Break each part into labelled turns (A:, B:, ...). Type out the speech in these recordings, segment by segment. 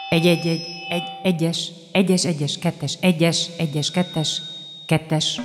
A: Egyes, kettes.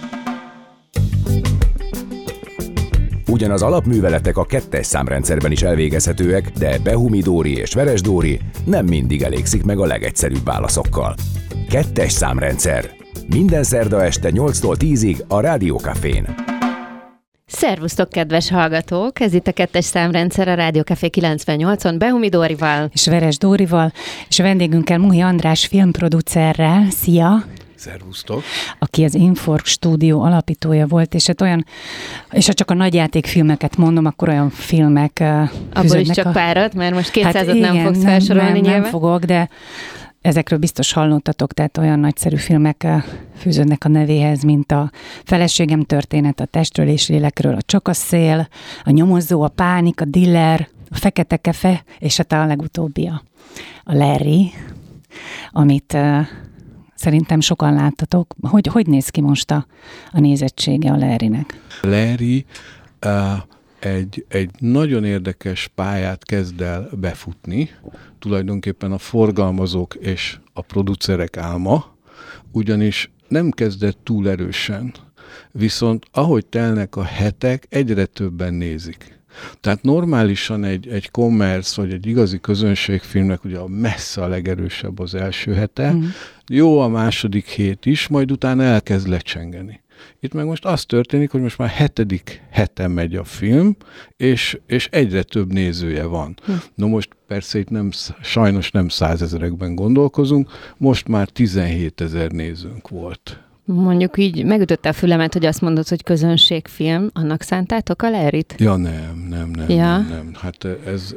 B: Ugyanaz alapműveletek a kettes számrendszerben is elvégezhetőek, de Behumi Dóri és Veres Dóri nem mindig elégszik meg a legegyszerűbb válaszokkal. Kettes számrendszer. Minden szerda este 8-tól 10-ig a Rádió Cafén.
C: Szervusztok, kedves hallgatók! Ez itt a kettes számrendszer a Rádió Café 98-on Behumi Dórival.
A: És Veres Dórival, és a vendégünkkel Muhi András filmproducerrel. Szia!
D: Szervusztok!
A: Aki az Inforg stúdió alapítója volt, és hát olyan, és ha csak a nagyjátékfilmeket mondom, akkor olyan filmek
C: abból is csak párat, mert most 200-at nem fogsz felsorolni nyilván.
A: Nem fogok, de ezekről biztos hallottatok, tehát olyan nagyszerű filmek fűződnek a nevéhez, mint a Feleségem történet, a Testről és lélekről, a Csak a szél, a Nyomozó, a Pánik, a Diller, a Fekete kefe, és hát a legutóbbi a Larry, amit szerintem sokan láttatok. Hogy néz ki most a nézettsége a Larrynek?
D: Larry egy nagyon érdekes pályát kezd el befutni, tulajdonképpen a forgalmazók és a producerek álma, ugyanis nem kezdett túl erősen, viszont ahogy telnek a hetek, egyre többen nézik. Tehát normálisan egy commerce vagy egy igazi közönségfilmnek ugye messze a legerősebb az első hete, jó a második hét is, majd utána elkezd lecsengeni. Itt meg most az történik, hogy most már 7. heten megy a film, és egyre több nézője van. No most persze itt sajnos nem 100 000-ekben gondolkozunk, most már 17 000 nézőnk volt.
C: Mondjuk így megütötte a fülemet, hogy azt mondod, hogy közönségfilm, annak szántátok a Larryt?
D: Ja, nem. Hát ez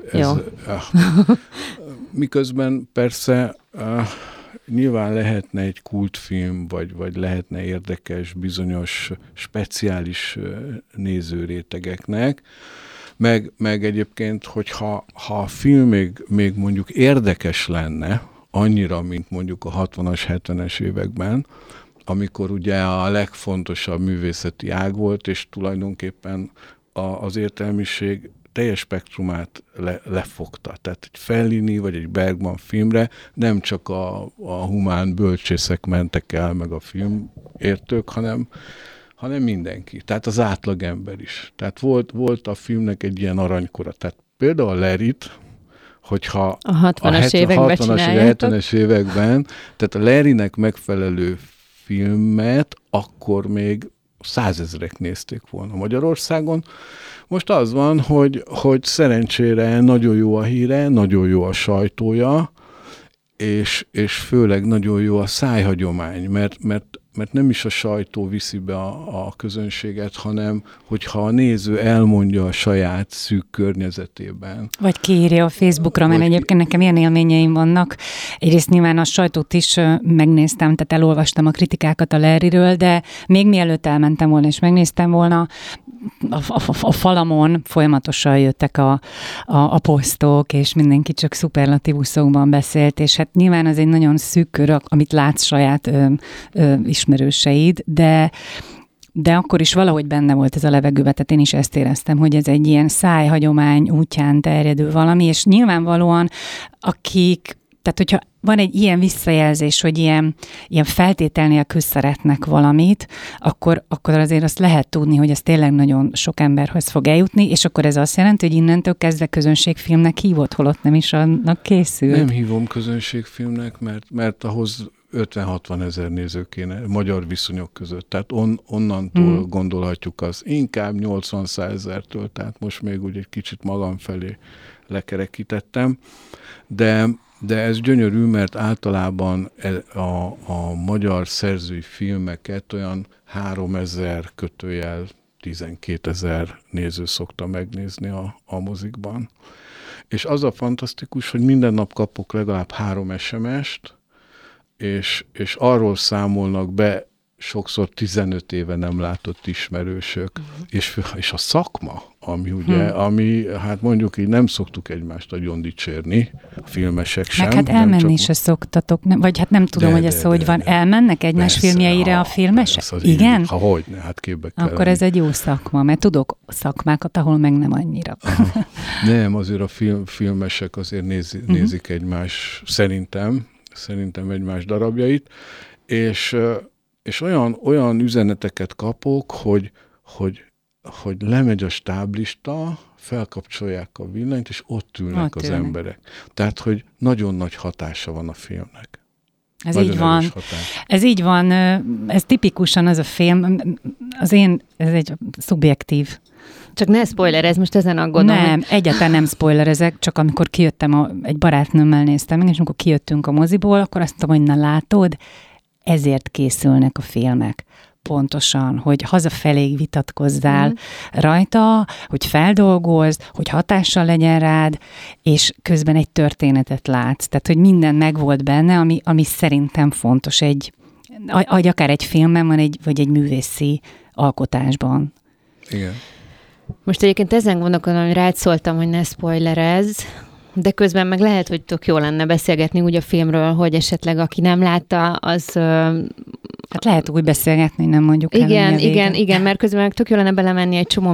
D: miközben persze nyilván lehetne egy kultfilm, vagy lehetne érdekes, bizonyos, speciális nézőrétegeknek, meg egyébként, hogyha a film még mondjuk érdekes lenne, annyira, mint mondjuk a 60-as, 70-es években, amikor ugye a legfontosabb művészeti ág volt, és tulajdonképpen az értelmiség teljes spektrumát lefogta. Tehát egy Fellini vagy egy Bergman filmre nem csak a humán bölcsészek mentek el, meg a filmértők, hanem mindenki. Tehát az átlagember is. Tehát volt a filmnek egy ilyen aranykora. Tehát például a Larryt, hogyha
C: a 60-as években
D: 70-es években, tehát a Larrynek megfelelő filmet akkor még 100 000-ek nézték volna Magyarországon. Most az van, hogy szerencsére nagyon jó a híre, nagyon jó a sajtója, és főleg nagyon jó a szájhagyomány, mert nem is a sajtó viszi be a közönséget, hanem hogyha a néző elmondja a saját szűk környezetében.
A: Vagy kiírja a Facebookra, mert egyébként nekem ilyen élményeim vannak. Egyrészt nyilván a sajtót is megnéztem, tehát elolvastam a kritikákat a Larryről, de még mielőtt elmentem volna és megnéztem volna, a falamon folyamatosan jöttek a posztok, és mindenki csak szuperlatívuszokban beszélt, és hát nyilván az egy nagyon szűk kör, amit látsz saját ismerőseid, de akkor is valahogy benne volt ez a levegőben, tehát én is ezt éreztem, hogy ez egy ilyen szájhagyomány útján terjedő valami, és nyilvánvalóan tehát hogyha van egy ilyen visszajelzés, hogy ilyen feltétel nélkül szeretnek valamit, akkor azért azt lehet tudni, hogy ez tényleg nagyon sok emberhez fog eljutni, és akkor ez azt jelenti, hogy innentől kezdve közönségfilmnek hívott, holott nem is annak készül.
D: Nem hívom közönségfilmnek, mert ahhoz 50-60 000 néző kéne magyar viszonyok között. Tehát onnantól gondolhatjuk az inkább 80-100 000-től, tehát most még úgy egy kicsit magam felé lekerekítettem, de ez gyönyörű, mert általában a magyar szerzői filmeket olyan 3000 12 000 néző szokta megnézni a mozikban. És az a fantasztikus, hogy minden nap kapok legalább 3 SMS-t, és arról számolnak be sokszor 15 éve nem látott ismerősök, és a szakma, ami ugye, ami, hát mondjuk így nem szoktuk egymást nagyon dicsérni, a filmesek sem.
A: Meg hát elmenni se szoktatok, vagy hát nem tudom, hogy ez hogy van. Elmennek egymás filmjeire a filmesek? Igen?
D: Ha hogyne, hát képbe kell.
A: Akkor ez egy jó szakma, mert tudok szakmákat, ahol meg nem annyira.
D: Nem, azért a filmesek azért nézik egymás, szerintem egymás darabjait, és olyan üzeneteket kapok, hogy lemegy a stáblista, felkapcsolják a villanyt, és ott ülnek az emberek. Tehát, hogy nagyon nagy hatása van a filmnek.
A: Ez nagyon így van. Ez így van. Ez tipikusan az a film, ez egy szubjektív.
C: Csak ne spoilerezz, most ezen aggódom.
A: Nem, egyáltalán nem spoilerezek, csak amikor kijöttem, egy barátnőmmel néztem meg, és amikor kijöttünk a moziból, akkor azt mondtam, hogy na látod, ezért készülnek a filmek. Pontosan, hogy hazafelé vitatkozzál rajta, hogy feldolgozd, hogy hatással legyen rád, és közben egy történetet látsz. Tehát, hogy minden megvolt benne, ami szerintem fontos akár egy filmben van, vagy egy művészi alkotásban.
D: Igen.
C: Most egyébként ezen gondolkodom, hogy rád szóltam, hogy ne spoilerezz, de közben meg lehet, hogy tök jó lenne beszélgetni úgy a filmről, hogy esetleg aki nem látta, az...
A: Hát lehet úgy beszélgetni, nem mondjuk
C: el. Igen, mert közben meg tök jó lenne belemenni egy csomó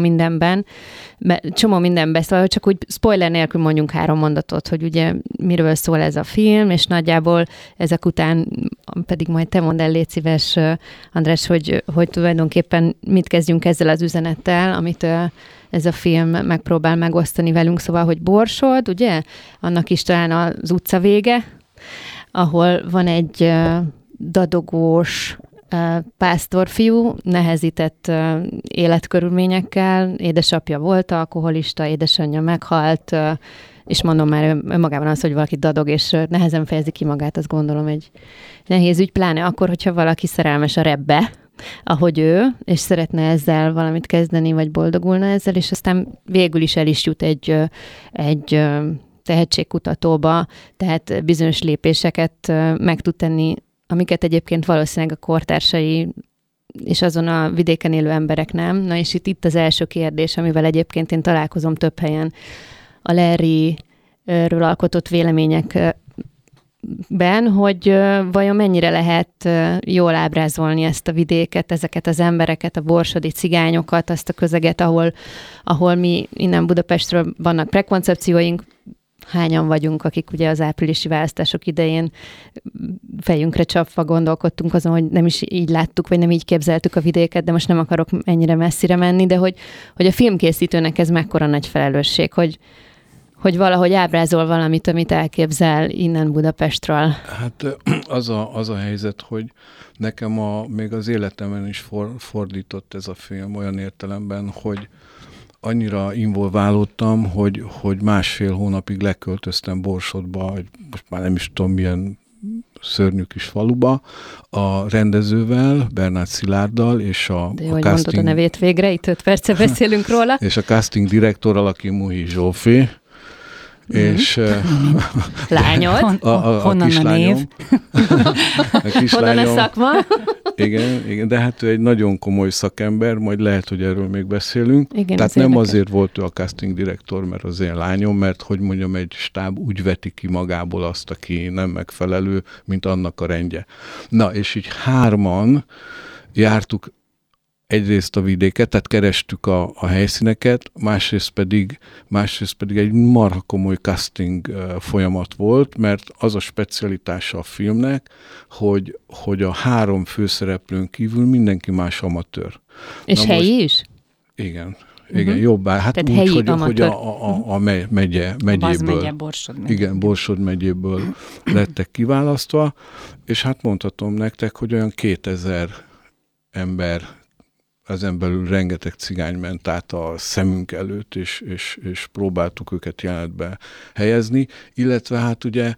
C: mindenbe, szóval csak úgy spoiler nélkül mondjunk 3 mondatot, hogy ugye miről szól ez a film, és nagyjából ezek után pedig majd te mondd el, légy szíves, András, hogy tulajdonképpen mit kezdjünk ezzel az üzenettel, amit ez a film megpróbál megosztani velünk, szóval, hogy Borsod, ugye? Annak is talán az utca vége, ahol van egy dadogós pásztorfiú, nehezített életkörülményekkel, édesapja volt alkoholista, édesanyja meghalt, és mondom már önmagában az, hogy valaki dadog, és nehezen fejezi ki magát, azt gondolom egy nehéz ügy, pláne akkor, hogyha valaki szerelmes a Rebbe, ahogy ő, és szeretne ezzel valamit kezdeni, vagy boldogulna ezzel, és aztán végül is el is jut egy tehetségkutatóba, tehát bizonyos lépéseket meg tud tenni, amiket egyébként valószínűleg a kortársai és azon a vidéken élő emberek nem. Na és itt az első kérdés, amivel egyébként én találkozom több helyen a Larryről alkotott véleményekben, hogy vajon mennyire lehet jól ábrázolni ezt a vidéket, ezeket az embereket, a borsodi cigányokat, azt a közeget, ahol mi innen Budapestről vannak prekoncepcióink, hányan vagyunk, akik ugye az áprilisi választások idején fejünkre csapva gondolkodtunk azon, hogy nem is így láttuk, vagy nem így képzeltük a vidéket, de most nem akarok ennyire messzire menni, de hogy a filmkészítőnek ez mekkora nagy felelősség, hogy valahogy ábrázol valamit, amit elképzel innen Budapestről.
D: Hát az a helyzet, hogy nekem még az életemben is fordított ez a film olyan értelemben, hogy annyira involválódtam, hogy 1,5 hónapig leköltöztem Borsodba, hogy most már nem is tudom milyen szörnyű kis faluba, a rendezővel, Bernát Szilárddal, és a
C: de jó, hogy mondod a nevét végre, itt 5 perce beszélünk róla.
D: És a casting direktorral, aki Muhi Zsófi, és
C: lányod?
A: Honnan a név?
C: Honnan a szakma?
D: Igen, de hát ő egy nagyon komoly szakember, majd lehet, hogy erről még beszélünk.
C: Igen,
D: tehát nem azért volt ő a casting direktor, mert az én lányom, mert hogy mondjam, egy stáb úgy veti ki magából azt, aki nem megfelelő, mint annak a rendje. Na, és így 3-an jártuk egyrészt a vidéket, tehát kerestük a helyszíneket, másrészt pedig egy marha komoly casting folyamat volt, mert az a specialitása a filmnek, hogy a 3 főszereplőn kívül mindenki más amatőr.
C: És helyi is?
D: Igen. Igen, jobbá. Hát
C: tehát
D: úgy, hogy a megyéből.
A: Borsod megyéből.
D: Igen, Borsod megyéből lettek kiválasztva, és hát mondhatom nektek, hogy olyan 2000 ember, ezen belül rengeteg cigány ment át a szemünk előtt, és próbáltuk őket jelenetbe helyezni, illetve hát ugye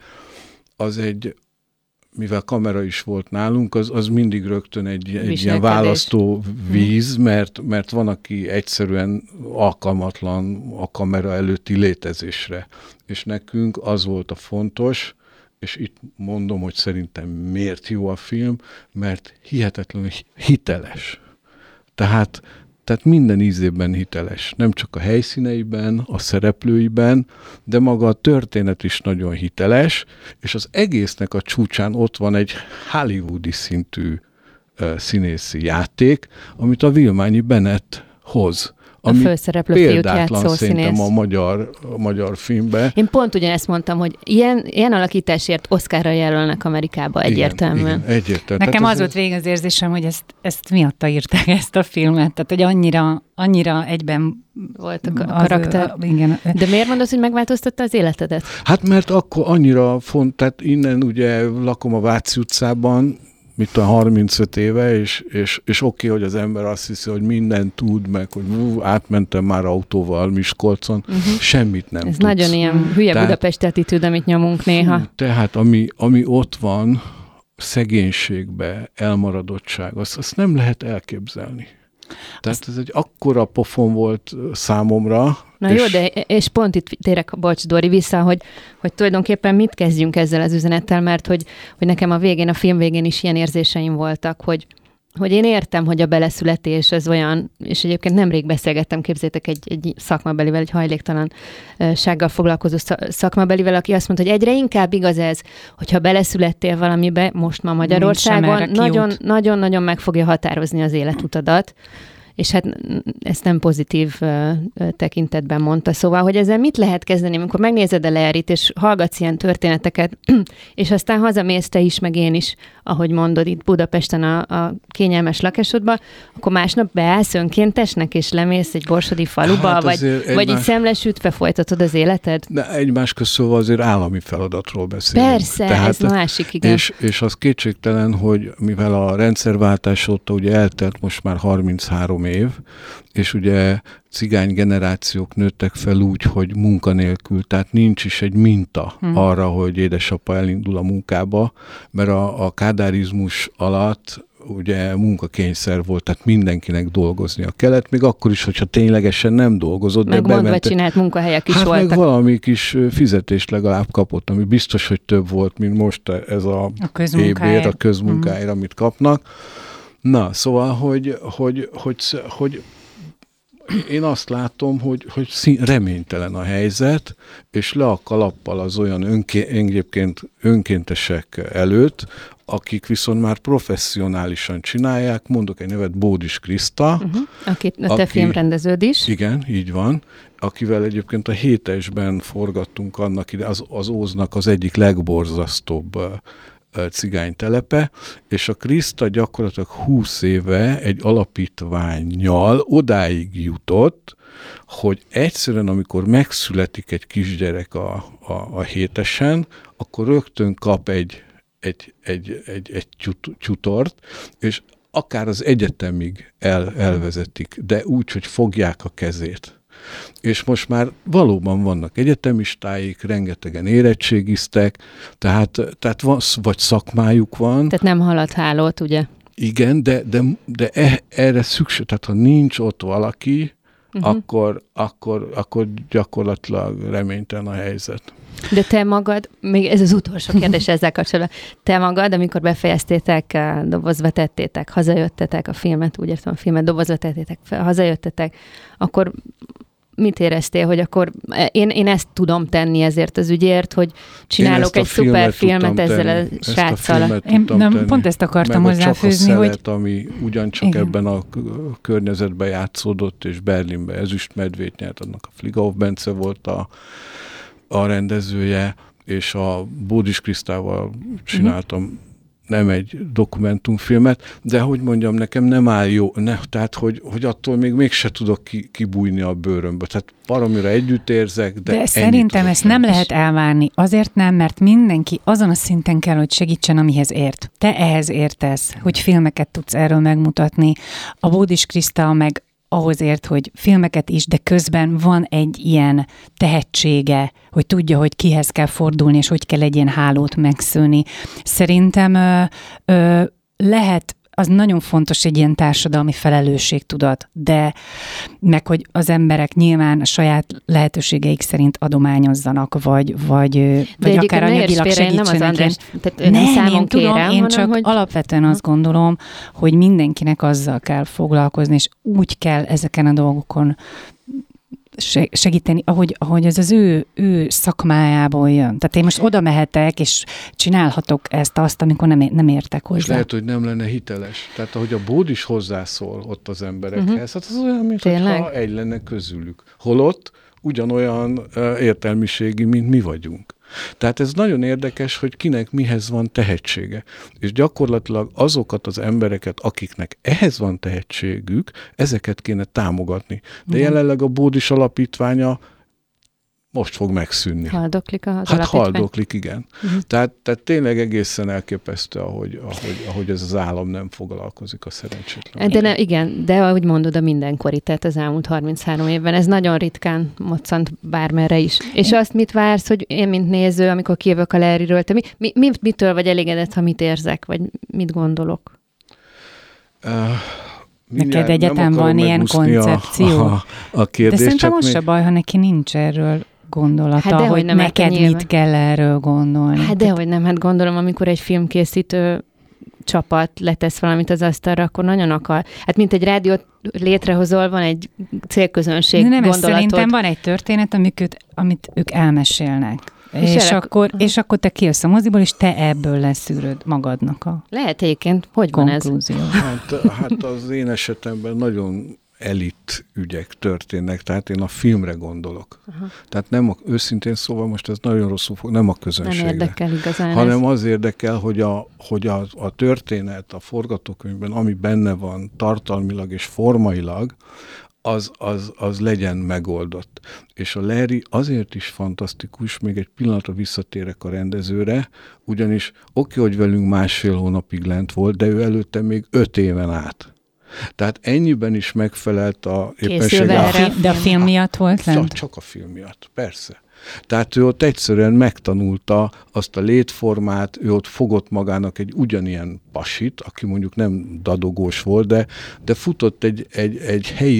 D: mivel kamera is volt nálunk, az mindig rögtön egy ilyen választó víz, mert van, aki egyszerűen alkalmatlan a kamera előtti létezésre. És nekünk az volt a fontos, és itt mondom, hogy szerintem miért jó a film, mert hihetetlenül hiteles. Tehát minden ízében hiteles. Nem csak a helyszíneiben, a szereplőiben, de maga a történet is nagyon hiteles, és az egésznek a csúcsán ott van egy hollywoodi szintű színészi játék, amit a Villmányi Bennett hoz.
C: A főszereplő fiút játszó
D: szerintem a magyar filmben.
C: Én pont ugyanezt mondtam, hogy ilyen alakításért Oscarra jelölnek Amerikába egyértelműen.
D: Igen, egyértelműen.
A: Nekem az volt végig az érzésem, hogy ezt miatta írták ezt a filmet. Tehát, hogy annyira egyben
C: volt a karakter.
A: Igen.
C: De miért mondod, hogy megváltoztatta az életedet?
D: Hát mert akkor annyira tehát innen ugye lakom a Váci utcában, 35 éve, és oké, hogy az ember azt hiszi, hogy mindent tud, meg hogy átmentem már autóval Miskolcon, semmit nem
C: Ez
D: tudsz.
C: nagyon ilyen hülye Budapesti attitűd, amit nyomunk néha.
D: Tehát ami ott van, szegénységbe, elmaradottság, azt nem lehet elképzelni. Tehát ez egy akkora pofon volt számomra.
C: Na jó, és pont itt térek, bocs Dori, vissza, hogy tulajdonképpen mit kezdjünk ezzel az üzenettel, mert hogy nekem a film végén is ilyen érzéseim voltak, hogy én értem, hogy a beleszületés az olyan, és egyébként nemrég beszélgettem, képzétek egy szakmabelivel, egy hajléktalansággal foglalkozó szakmabelivel, aki azt mondta, hogy egyre inkább igaz ez, hogyha beleszülettél valamibe, most ma Magyarországon, nagyon-nagyon meg fogja határozni az életutadat, és hát ezt nem pozitív tekintetben mondta. Szóval, hogy ezzel mit lehet kezdeni, amikor megnézed a Larryt, és hallgatsz ilyen történeteket, és aztán hazamész te is, meg én is, ahogy mondod, itt Budapesten a kényelmes lakásodba, akkor másnap beállsz önkéntesnek, és lemész egy borsodi faluba, vagy így szemlesütve folytatod az életed?
D: De egymás közt szóval azért állami feladatról beszélünk.
C: Persze, tehát, ez másik, igen.
D: És az kétségtelen, hogy mivel a rendszerváltás óta ugye eltelt most már 33 év, és ugye cigány generációk nőttek fel úgy, hogy munkanélkül, tehát nincs is egy minta arra, hogy édesapa elindul a munkába, mert a kádárizmus alatt ugye munkakényszer volt, tehát mindenkinek dolgoznia kellett, még akkor is, hogyha ténylegesen nem dolgozott.
C: Meg mondva csinált munkahelyek is voltak.
D: Meg valami kis fizetést legalább kapott, ami biztos, hogy több volt, mint most ez aébér, a közmunkáért, amit kapnak. Na, szóval, hogy én azt látom, hogy reménytelen a helyzet, és le a kalappal az olyan egyébként önkéntesek előtt, akik viszont már professzionálisan csinálják, mondok egy nevet, Bódis Kriszta.
C: Aki te filmrendeződ is.
D: Igen, így van. Akivel egyébként a 7-esben forgattunk annak ide, az Óznak az egyik legborzasztóbb cigánytelepe, és a Kriszta gyakorlatilag 20 éve egy alapítvánnyal odáig jutott, hogy egyszerűen, amikor megszületik egy kisgyerek a 7-esen, akkor rögtön kap egy tyutort, és akár az egyetemig elvezetik, de úgy, hogy fogják a kezét. És most már valóban vannak egyetemistáik, rengetegen érettségiztek, tehát vagy szakmájuk van.
C: Tehát nem haladhálót, ugye?
D: Igen, de erre szükség, tehát ha nincs ott valaki, akkor gyakorlatilag reménytelen a helyzet.
C: De te magad, még ez az utolsó kérdés ezzel kapcsolatban, te magad, amikor befejeztétek, dobozba tettétek, hazajöttetek a filmet, úgy értem a filmet, dobozba tettétek, hazajöttetek, akkor mit éreztél, hogy akkor én ezt tudom tenni ezért az ügyért, hogy csinálok egy szuper filmet ezzel a sráccal.
A: Pont ezt akartam hozzáfűzni,
D: hogy... ami ugyancsak igen. Ebben a környezetben játszódott, és Berlinben ezüstmedvét nyert, annak a Fligauf Bence volt a rendezője, és a Bódis Krisztával csináltam nem egy dokumentumfilmet, de hogy mondjam, nekem nem áll jó, tehát hogy attól mégse tudok kibújni a bőrömből. Tehát valamire együtt érzek, de
A: szerintem ezt nem lehet elvárni. Azért nem, mert mindenki azon a szinten kell, hogy segítsen, amihez ért. Te ehhez értesz, hogy filmeket tudsz erről megmutatni. A Bódis Kriszta meg ahhoz ért, hogy filmeket is, de közben van egy ilyen tehetsége, hogy tudja, hogy kihez kell fordulni, és hogy kell egy ilyen hálót megszőni. Szerintem lehet az nagyon fontos egy ilyen társadalmi felelősségtudat, de meg, hogy az emberek nyilván a saját lehetőségeik szerint adományozzanak, vagy akár anyagilag segítsenek.
C: Nem, kérem,
A: én csak hogy... alapvetően azt gondolom, hogy mindenkinek azzal kell foglalkozni, és úgy kell ezeken a dolgokon segíteni, ahogy ez az ő szakmájából jön. Tehát én most oda mehetek, és csinálhatok azt, amikor nem értek hozzá.
D: És lehet, hogy nem lenne hiteles. Tehát ahogy a Bód is hozzászól ott az emberekhez, hát az olyan, mintha egy lenne közülük. Holott ugyanolyan értelmiségi, mint mi vagyunk. Tehát ez nagyon érdekes, hogy kinek mihez van tehetsége. És gyakorlatilag azokat az embereket, akiknek ehhez van tehetségük, ezeket kéne támogatni. De jelenleg a Bódis alapítványa most fog megszűnni.
C: Haldoklik az
D: alapítvány? Haldoklik, igen. Tehát tényleg egészen elképesztő, ahogy ez az állam nem foglalkozik a szerencsétlen.
C: Igen, de ahogy mondod, a mindenkori, tehát az elmúlt 33 évben, ez nagyon ritkán moccant bármerre is. És azt mit vársz, hogy én, mint néző, amikor kijövök a Larryről, te mitől vagy elégedett, ha mit érzek, vagy mit gondolok?
A: Neked egyetem van ilyen koncepció?
D: A kérdés,
A: de szerintem most se baj, ha neki nincs erről gondolata, hogy neked mit kell erről gondolni.
C: Hát dehogy nem, gondolom, amikor egy filmkészítő csapat letesz valamit az asztalra, akkor nagyon akar. Hát mint egy rádiót létrehozol, van egy célközönség gondolatod.
A: Szerintem van egy történet, amit ők elmesélnek. És akkor te kijössz a moziból, és te ebből leszűröd magadnak a
C: lehet egyébként, hogy konklúzió.
A: Van
D: ez? Hát az én esetemben nagyon elit ügyek történnek, tehát én a filmre gondolok. Aha. Tehát őszintén szóval most ez nagyon rosszul fog, nem a közönségre.
C: Nem érdekel igazán
D: hanem az érdekel, hogy a történet, a forgatókönyvben, ami benne van tartalmilag és formailag, az legyen megoldott. És a Larry azért is fantasztikus, még egy pillanatra visszatérek a rendezőre, ugyanis hogy velünk 1,5 hónapig lent volt, de ő előtte még 5 éven át. Tehát ennyiben is megfelelt a éppenséggel.
A: De a film miatt volt lent?
D: Csak a film miatt, persze. Tehát ő ott egyszerűen megtanulta azt a létformát, ő ott fogott magának egy ugyanilyen pasit, aki mondjuk nem dadogós volt, de futott egy helyi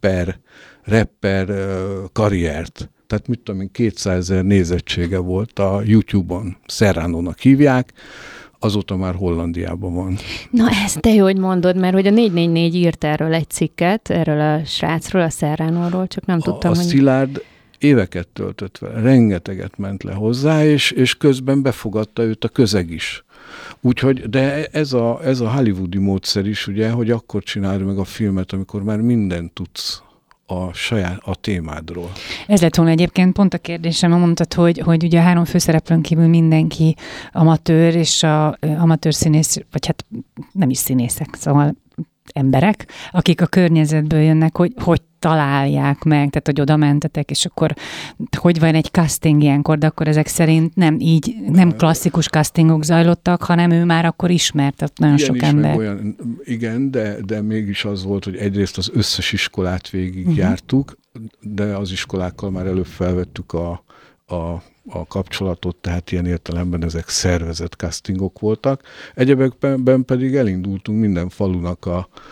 D: rapper karriert. Tehát mit tudom én, 200 000 nézettsége volt a YouTube-on. Serrano-nak hívják, azóta már Hollandiában van.
C: Na ezt te jó, hogy mondod, mert hogy a 444 írt erről egy cikket, erről a srácról, a Serrano-ról, csak nem tudtam,
D: hogy... Szilárd éveket töltött vele, rengeteget ment le hozzá, és közben befogadta őt a közeg is. Úgyhogy, de ez a hollywoodi módszer is, ugye, hogy akkor csinálj meg a filmet, amikor már mindent tudsz a témádról.
A: Ez lett volna egyébként pont a kérdésem, mondtad, hogy ugye a 3 főszereplőn kívül mindenki amatőr, és a amatőr színész, vagy hát nem is színészek, szóval emberek, akik a környezetből jönnek, hogy találják meg, tehát hogy oda mentetek, és akkor hogy van egy casting ilyenkor, de akkor ezek szerint nem klasszikus castingok zajlottak, hanem ő már akkor ismert, tehát nagyon sok ember.
D: Igen, de mégis az volt, hogy egyrészt az összes iskolát végigjártuk, de az iskolákkal már előbb felvettük a kapcsolatot, tehát ilyen értelemben ezek szervezett castingok voltak. Egyebekben pedig elindultunk minden falunak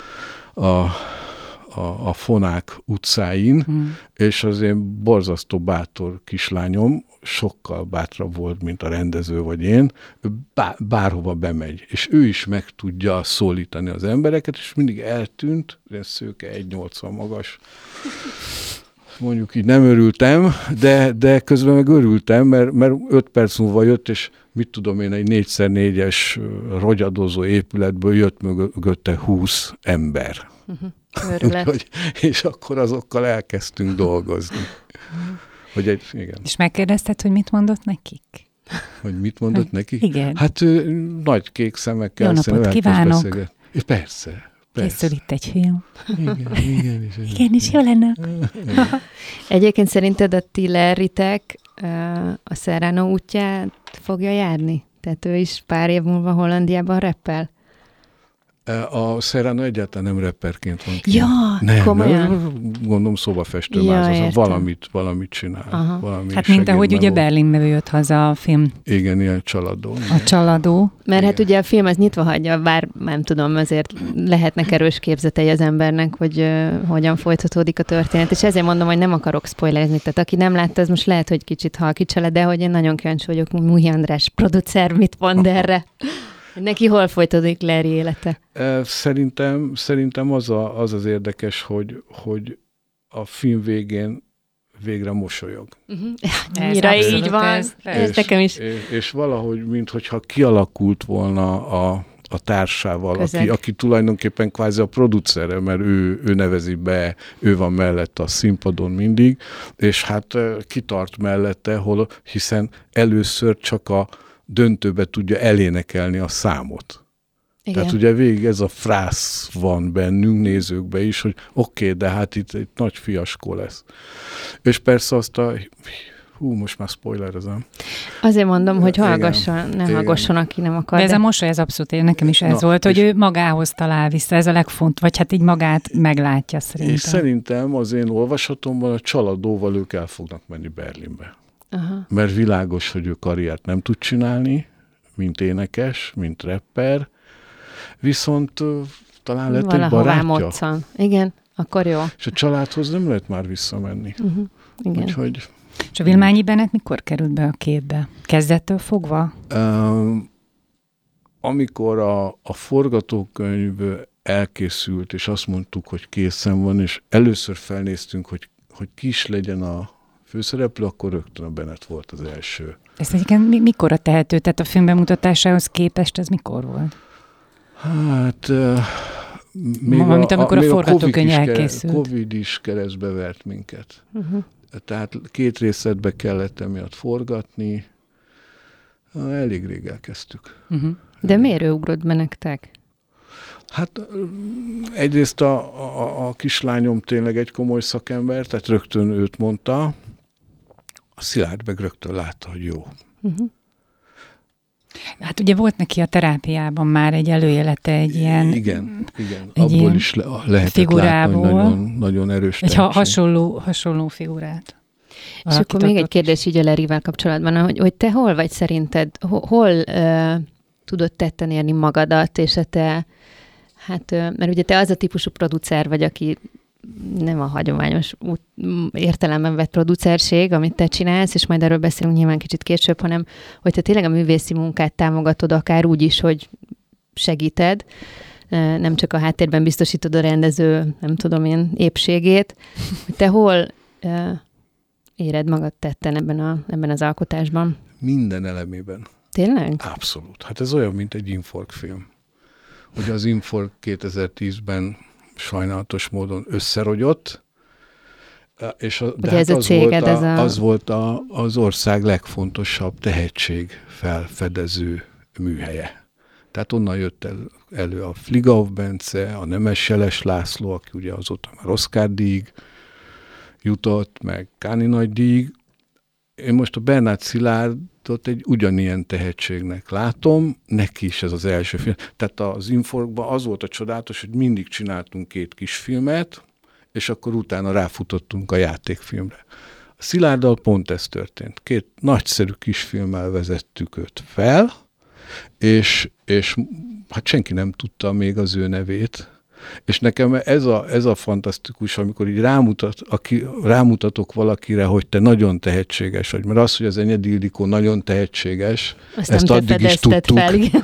D: a Fonák utcáin, és az én borzasztó bátor kislányom, sokkal bátrabb volt, mint a rendező vagy én, ő bárhova bemegy, és ő is meg tudja szólítani az embereket, és mindig eltűnt, ilyen szőke 1,80 magas, mondjuk így nem örültem, de közben meg örültem, mert 5 perc múlva jött, és mit tudom én, egy 4x4-es rogyadozó épületből jött mögötte 20 ember. És akkor azokkal elkezdtünk dolgozni. Igen.
A: És megkérdezted, hogy mit mondott nekik?
D: Hogy mit mondott nekik?
A: Igen.
D: Hát nagy kék szemekkel.
A: Jó napot kívánok!
D: Persze.
A: Készül itt egy film.
D: Igen,
A: és jó lenne.
C: Egyébként szerinted a ti Larrytek a Serrano útját fogja járni? Tehát ő is pár év múlva Hollandiában rappel?
D: A Serrano egyáltalán nem rapperként van.
C: Ja, komolyan?
D: Nem, gondolom szobafestőmázat, valamit csinál.
A: Hát mint ahogy ugye Berlinbe jött haza a film.
D: Igen, ilyen csaladó.
A: A csaladó.
C: Mert igen. Hát ugye a film az nyitva hagyja, bár nem tudom, azért lehetnek erős képzetei az embernek, hogy hogyan folytatódik a történet, és ezért mondom, hogy nem akarok spoilerezni, tehát aki nem látta, ez most lehet, hogy kicsit halkítsa le, de hogy én nagyon kíváncsi vagyok, Muhi András producer mit mond erre. Neki hol folytatódik Larry élete?
D: Szerintem az érdekes, hogy a film végén végre mosolyog.
C: Mire így van? Ez nekem is.
D: És valahogy, minthogyha kialakult volna a társával, aki tulajdonképpen kvázi a producere, mert ő nevezi be, ő van mellette a színpadon mindig, és hát kitart mellette, hiszen először csak a döntőbe tudja elénekelni a számot. Igen. Tehát ugye végig ez a frász van bennünk, nézőkbe is, hogy oké, de hát itt nagy fiaskó lesz. És persze azt most már spoilerezem.
C: Azért mondom, hogy hallgasson, ne hallgasson, aki nem akar.
A: De ez a mosoly, ez abszolút, nekem is ez volt, hogy ő magához talál vissza, ez a legfontosabb, vagy hát így magát meglátja szerintem.
D: És szerintem az én olvasatomban a csaladóval ők el fognak menni Berlinbe. Aha. Mert világos, hogy ő karriert nem tud csinálni, mint énekes, mint rapper, viszont talán lett egy barátja.
C: Moccan. Igen, akkor jó.
D: És a családhoz nem lehet már visszamenni.
C: Igen.
A: Úgyhogy... És a Vilmányi Bennett mikor került be a képbe? Kezdettől fogva?
D: Amikor a forgatókönyv elkészült, és azt mondtuk, hogy készen van, és először felnéztünk, hogy ki is legyen a főszereplő, akkor rögtön a Bennett volt az első.
A: Ez egyébként mikor a tehető? Tehát a film bemutatásához képest ez mikor volt?
D: Hát...
A: Mint amikor a forgatókönyv elkészült.
D: Covid is keresztbe vert minket. Tehát 2 részletbe kellett emiatt forgatni. Elég rég elkezdtük.
C: De miért ő ugrott be nektek?
D: Hát egyrészt a kislányom tényleg egy komoly szakember, tehát rögtön őt mondta. A Szilárd meg rögtön látta, hogy jó.
A: Hát ugye volt neki a terápiában már egy előélete, egy ilyen...
D: Igen. Abból is lehetett figurából, látni, hogy nagyon, nagyon erős
A: egy hasonló figurát.
C: És akkor még egy kérdés így a Larryvel kapcsolatban, hogy te hol vagy szerinted, hol tudod tetten érni magadat, és te, hát, mert ugye te az a típusú producer vagy, aki nem a hagyományos értelemben vett producerség, amit te csinálsz, és majd erről beszélünk nyilván kicsit később, hanem hogy te tényleg a művészi munkát támogatod, akár úgy is, hogy segíted, nem csak a háttérben biztosítod a rendező, nem tudom én, épségét, hogy te hol éred magad tetten ebben az alkotásban?
D: Minden elemében.
C: Tényleg?
D: Abszolút. Hát ez olyan, mint egy Inforg film. Ugye az Inforg 2010-ben sajnálatos módon összerogyott, és az volt az ország legfontosabb tehetség felfedező műhelye. Tehát onnan jött elő a Fligauf Bence, a Nemes Jeles László, aki ugye azóta már Oscar-díjig jutott, meg Káni nagy-díjig. Én most a Bernát Szilárdot egy ugyanilyen tehetségnek látom, neki is ez az első film. Tehát az Inforgban az volt a csodálatos, hogy mindig csináltunk 2 kisfilmet, és akkor utána ráfutottunk a játékfilmre. A Szilárddal pont ez történt. 2 nagyszerű kisfilmmel vezettük őt fel, és hát senki nem tudta még az ő nevét. És nekem ez a fantasztikus, amikor így rámutatok valakire, hogy te nagyon tehetséges vagy. Mert az, hogy az Enyedi Ildikó nagyon tehetséges, ezt addig is tudtuk.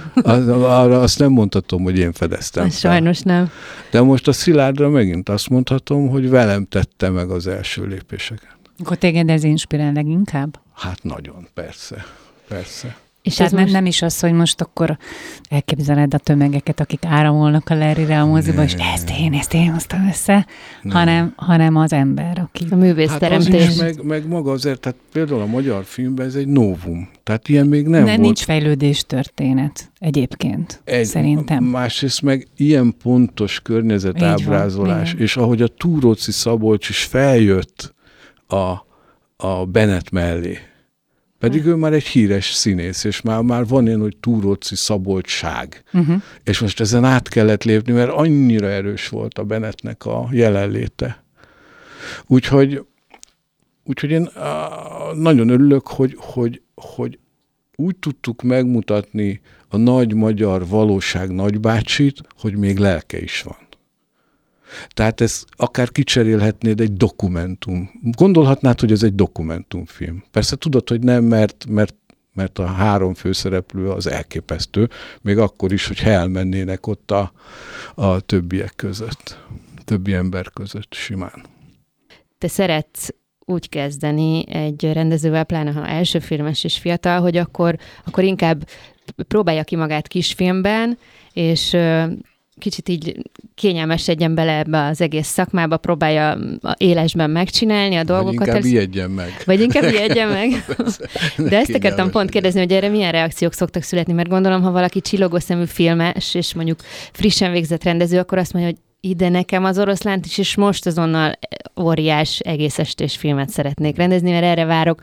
D: Azt nem mondhatom, hogy én fedeztem fel.
C: Sajnos nem.
D: De most a Szilárdra megint azt mondhatom, hogy velem tette meg az első lépéseket.
A: Akkor téged ez inspirál leginkább?
D: Hát nagyon, persze.
A: És tehát most... nem is az, hogy most akkor elképzeled a tömegeket, akik áramolnak a Larryre a moziba, és ezt én hoztam össze, hanem az ember, aki...
C: A művészteremtés.
D: Hát az is, meg maga azért, tehát például a magyar filmben ez egy novum. Tehát ilyen még nem volt.
A: Nincs fejlődés történet egyébként, szerintem.
D: Másrészt meg ilyen pontos környezetábrázolás, és ahogy a Túróczi Szabolcs is feljött a Bennett mellé, Pedig ő már egy híres színész, és már van ilyen, hogy túróci szaboltság. És most ezen át kellett lépni, mert annyira erős volt a Bennettnek a jelenléte. Úgyhogy én nagyon örülök, hogy úgy tudtuk megmutatni a nagy magyar valóság nagybácsit, hogy még lelke is van. Tehát ez akár kicserélhetnéd egy dokumentum. Gondolhatnád, hogy ez egy dokumentumfilm. Persze tudod, hogy nem, mert a 3 főszereplő az elképesztő, még akkor is, hogy elmennének ott a többiek között, többi ember között simán.
C: Te szeretsz úgy kezdeni egy rendezővel, pláne ha első filmes és fiatal, hogy akkor inkább próbálja ki magát kisfilmben, és kicsit így kényelmesedjen bele ebbe az egész szakmába, próbálja élesben megcsinálni a dolgokat.
D: Vagy inkább ijedjen meg.
C: Vagy inkább ijedjen meg. De ezt akartam pont kérdezni, hogy erre milyen reakciók szoktak születni, mert gondolom, ha valaki csillogó szemű filmes, és mondjuk frissen végzett rendező, akkor azt mondja, hogy ide nekem az Oroszlánt is, és most azonnal óriás egész estés filmet szeretnék rendezni, mert erre várok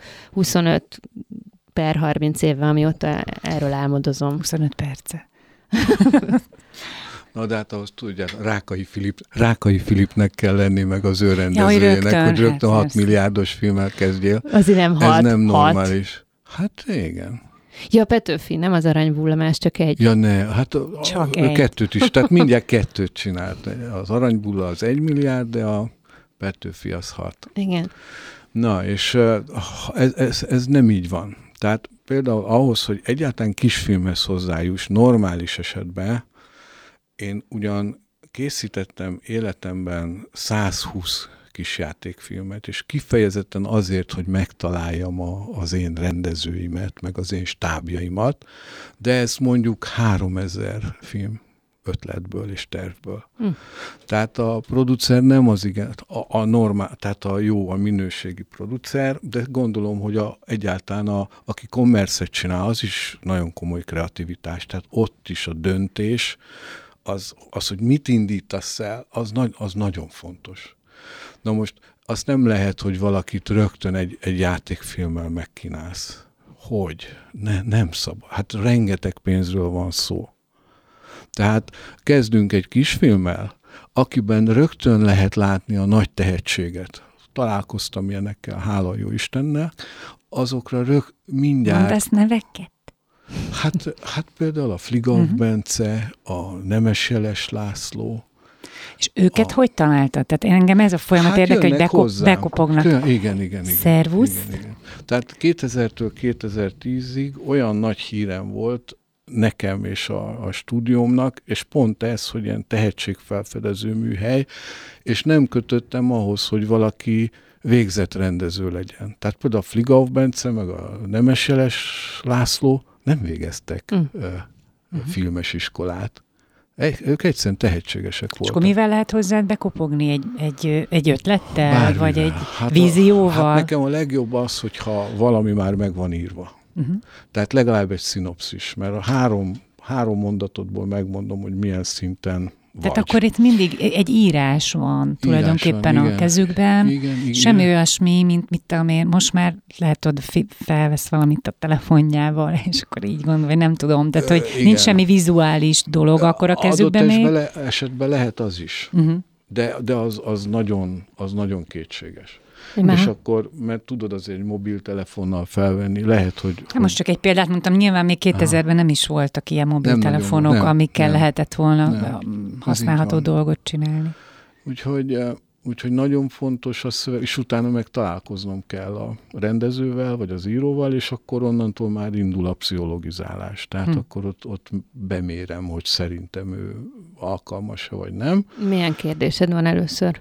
C: 25/30 évvel, amióta erről álmodozom.
A: 25 perce.
D: Na, de hát ahhoz tudják, Rákai Filipnek kell lenni meg az ő rendezőjének, hogy rögtön 6 milliárdos filmmel kezdjél.
C: Azért nem 6.
D: Ez nem normális. Hát igen.
C: Ja, Petőfi, nem az Aranybulla, csak egy.
D: Ja, ne, hát
A: csak
D: egy. 2 is, tehát mindjárt 2 csinált. Az Aranybulla az 1 milliárd, de a Petőfi az 6.
C: Igen.
D: Na, és ez nem így van. Tehát például ahhoz, hogy egyáltalán kisfilmhez hozzájuss normális esetben, én ugyan készítettem életemben 120 kis játékfilmet, és kifejezetten azért, hogy megtaláljam az én rendezőimet, meg az én stábjaimat, de ez mondjuk 3000 film ötletből és tervből. Tehát a producer nem az igen, a normál, tehát a jó, a minőségi producer, de gondolom, hogy egyáltalán aki kommerszet csinál, az is nagyon komoly kreativitás. Tehát ott is a döntés, az hogy mit indítasz el, az nagyon fontos. Na most azt nem lehet, hogy valakit rögtön egy játékfilmmel megkínálsz. Hogy? Nem szabad. Hát rengeteg pénzről van szó. Tehát kezdünk egy kisfilmmel, akiben rögtön lehet látni a nagy tehetséget. Találkoztam ilyenekkel, hála jó Istennel, azokra mindjárt...
A: Mondasz neveket?
D: Hát például a Fligav Bence, a Nemes László.
A: És őket hogy találtad? Tehát engem ez a folyamat érdekel, hogy bekopognak.
D: Igen.
A: Szervusz.
D: Igen. Tehát 2000-től 2010-ig olyan nagy hírem volt nekem és a stúdiómnak, és pont ez, hogy ilyen tehetségfelfedező műhely, és nem kötöttem ahhoz, hogy valaki végzett rendező legyen. Tehát például a Fligav Bence, meg a Nemes László nem végeztek filmes iskolát. Ők egyszerűen tehetségesek voltak.
A: És akkor mivel lehet hozzád bekopogni? Egy ötlettel? Bármivel. Vagy egy vízióval?
D: Hát nekem a legjobb az, hogyha valami már meg van írva. Tehát legalább egy szinopszis, mert a három mondatodból megmondom, hogy milyen szinten
A: tehát
D: vagy.
A: akkor itt mindig egy írás van tulajdonképpen a kezükben. Igen. Semmi olyasmi, mint mit tudom én, most már lehet, hogy felvesz valamit a telefonjával, és akkor így gondolom, vagy nem tudom. Tehát, hogy nincs semmi vizuális dolog akkor a kezükben még.
D: Adott esetben lehet az is. De az nagyon kétséges. És akkor, mert tudod azért egy mobiltelefonnal felvenni, lehet, hogy...
A: Most csak egy példát mondtam, nyilván még 2000-ben nem is voltak ilyen mobiltelefonok, amikkel lehetett volna használható dolgot csinálni.
D: Úgyhogy nagyon fontos a szöveg, és utána meg találkoznom kell a rendezővel, vagy az íróval, és akkor onnantól már indul a pszichologizálás. Tehát akkor ott bemérem, hogy szerintem ő alkalmas-e, vagy nem. Milyen
C: kérdésed van először?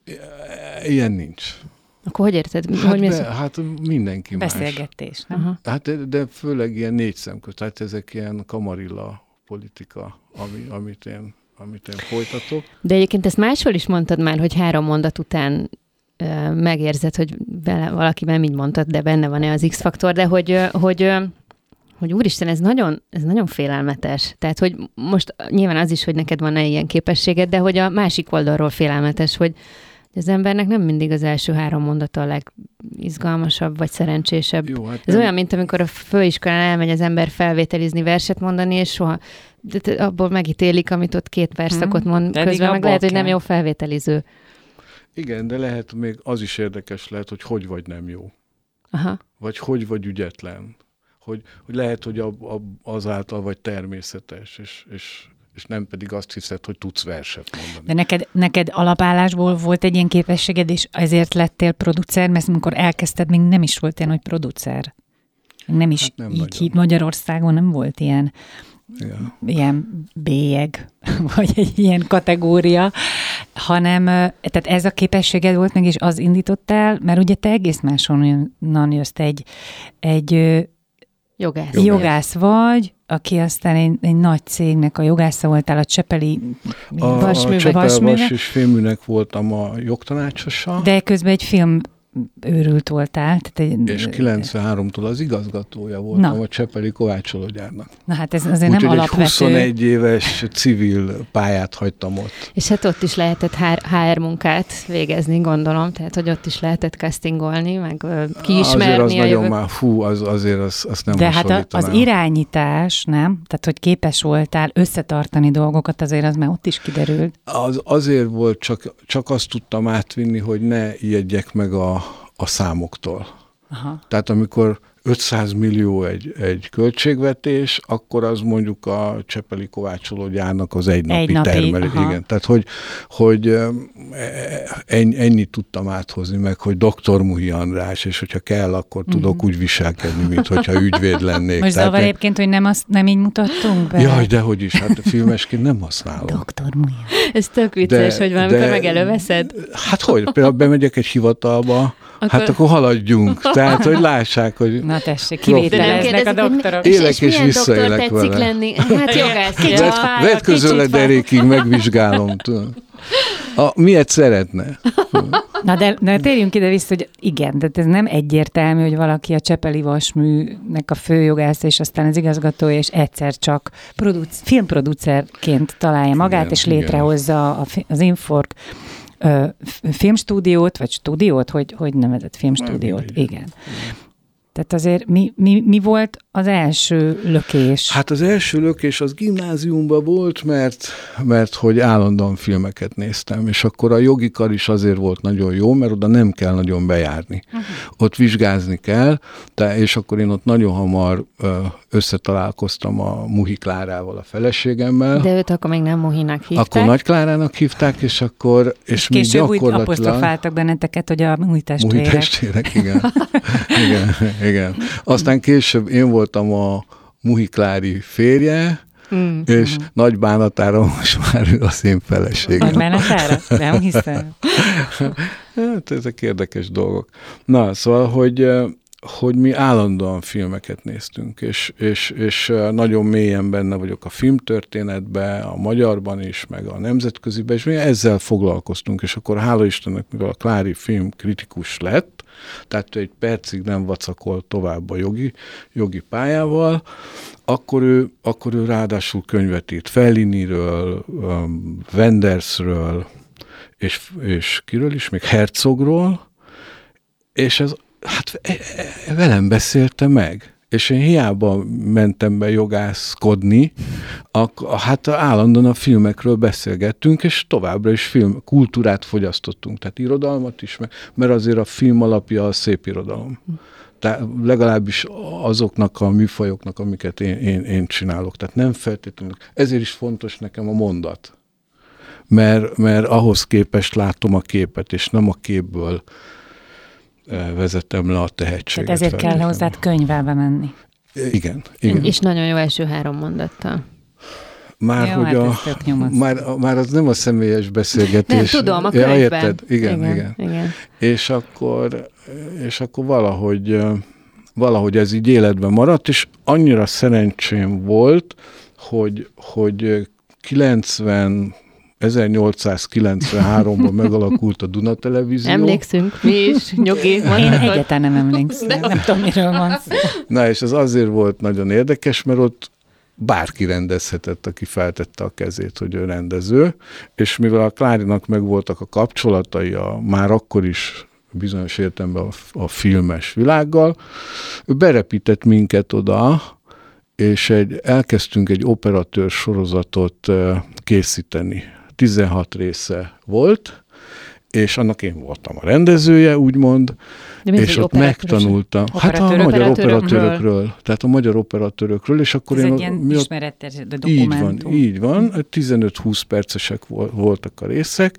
D: Ilyen nincs.
C: Akkor hogy érted?
D: Hát mindenki más.
A: Beszélgetés, nem?
D: Hát de főleg ilyen 4 szem közt. Tehát ezek ilyen kamarilla politika, amit én folytatok. De
C: egyébként ezt máshol is mondtad már, hogy 3 mondat után megérzed, hogy valakiben így mondtad, de benne van-e az X-faktor, de hogy úristen, ez nagyon félelmetes. Tehát, hogy most nyilván az is, hogy neked van-e ilyen képességed, de hogy a másik oldalról félelmetes, hogy Az embernek nem mindig az első 3 mondata a legizgalmasabb, vagy szerencsésebb.
D: Jó, hát
C: ez olyan, mint amikor a főiskolán elmegy az ember felvételizni, verset mondani, és soha abból megítélik, amit ott 2 verszakot mond, közben meg lehet, hogy nem jó felvételiző.
D: Igen, de lehet még az is érdekes lehet, hogy vagy nem jó.
C: Aha.
D: Vagy vagy ügyetlen. Hogy lehet, hogy azáltal vagy természetes, és nem pedig azt hiszed, hogy tudsz verset mondani.
A: De neked alapállásból volt egy ilyen képességed, és ezért lettél producer, mert amikor elkezdted, még nem is volt ilyen, hogy producer. Nem is
D: nem
A: így Magyarországon nem volt ilyen, ilyen bélyeg, vagy egy ilyen kategória, hanem, tehát ez a képességed volt meg, és az indított el, mert ugye te egész máshonnan jössz, egy jogász vagy, aki aztán egy nagy cégnek a jogásza voltál, a Csepeli
D: Vas és Filmműnek voltam a jogtanácsosa.
A: De közben egy film őrült voltál.
D: És 93-tól az igazgatója voltam a Csepeli Kovácsológyárnak.
A: Na hát ez azért nem alapvető.
D: 21 éves civil pályát hagytam ott.
C: És hát ott is lehetett HR munkát végezni, gondolom, tehát hogy ott is lehetett castingolni, meg kiismerni.
D: Azért az nagyon már, azért azt nem
A: de hát az irányítás, nem? Tehát, hogy képes voltál összetartani dolgokat, azért az már ott is kiderült.
D: Azért volt, csak azt tudtam átvinni, hogy ne ijedjek meg a számoktól. Aha. Tehát amikor 500 millió egy költségvetés, akkor az mondjuk a Csepeli Kovácsológyárnak az egy napi termelés. Igen. Tehát, hogy ennyit tudtam áthozni meg, hogy Dr. Muhi András, és hogyha kell, akkor tudok úgy viselkedni, mint hogyha ügyvéd lennék.
A: Most zavar egyébként, hogy nem így mutattunk be?
D: Jaj, dehogy is, hát filmesként nem használom.
A: Dr. Muhi.
C: Ez tök vicces, hogy valamikor meg előveszed.
D: Hát hogy? Például bemegyek egy hivatalba, akkor haladjunk. Tehát, hogy lássák, hogy...
A: Na tessék, kivételeznek a doktorok.
D: Élek és visszaélek vele.
C: Tetszik lenni? Hát jogász.
D: Vedd közöle derékig, megvizsgálom. Miért szeretne?
A: Na de térjünk ide vissza, hogy igen, de ez nem egyértelmű, hogy valaki a Csepeli Vasműnek a főjogásza, és aztán az igazgatója, és egyszer csak filmproducerként találja magát, és létrehozza az Infork filmstúdiót, vagy stúdiót, hogy nevezett filmstúdiót? Igen. Tehát azért mi volt az első lökés?
D: Hát az első lökés az gimnáziumban volt, mert hogy állandóan filmeket néztem, és akkor a jogi kar is azért volt nagyon jó, mert oda nem kell nagyon bejárni. Ott vizsgázni kell, és akkor én ott nagyon hamar összetalálkoztam a Muhi Klárával, a feleségemmel.
C: De őt akkor még nem Muhinak hívták.
D: Akkor Nagy Klárának hívták, és akkor... És
A: később úgy apostrofáltak benneteket, hogy a Muhi testvérek.
D: Muhi testvérek, igen. Igen. Aztán később én voltam a Muhi Klári férje, és nagy bánatára most már ő az én feleségem.
A: Nagy bánatára? Nem hiszem.
D: Hát ezek érdekes dolgok. Na, szóval, hogy mi állandóan filmeket néztünk, és nagyon mélyen benne vagyok a filmtörténetben, a magyarban is, meg a nemzetköziben, és mi ezzel foglalkoztunk, és akkor hála Istennek, mivel a Klári film kritikus lett, tehát egy percig nem vacakol tovább a jogi pályával, akkor ő ráadásul könyvet írt Felliniről, Wendersről, és kiről is, még Herzogról, és ez hát velem beszélte meg. És én hiába mentem be jogászkodni, hát állandóan a filmekről beszélgettünk, és továbbra is kultúrát fogyasztottunk, tehát irodalmat is, mert azért a film alapja a szép irodalom. Tehát legalábbis azoknak a műfajoknak, amiket én csinálok. Tehát nem feltétlenül. Ezért is fontos nekem a mondat. Mert ahhoz képest látom a képet, és nem a képből vezetem le a tehetséget.
A: Tehát ezért kell hozzád könyvelbe menni.
D: Igen.
C: És nagyon jó első 3 mondattal.
D: Már az nem a személyes beszélgetés.
C: Nem, tudom, a könyvben.
D: Érted? Igen. És akkor valahogy ez így életben maradt, és annyira szerencsém volt, hogy 1893-ban megalakult a Duna Televízió.
C: Emlékszünk, mi is, nyugi.
A: Én egyáltalán nem emlékszem, nem tudom, miről van szó.
D: Na, és ez azért volt nagyon érdekes, mert ott bárki rendezhetett, aki feltette a kezét, hogy ő rendező, és mivel a Klárinak megvoltak a kapcsolatai már akkor is bizonyos értelemben a filmes világgal, ő berepített minket oda, és elkezdtünk egy operatőr sorozatot készíteni. 16 része volt, és annak én voltam a rendezője, úgymond, és ott megtanultam. Hát a magyar operatőrökről. Tehát a magyar operatőrökről, és akkor
A: ez egy ilyen ismeretes dokumentum.
D: Így van, 15-20 percesek voltak a részek,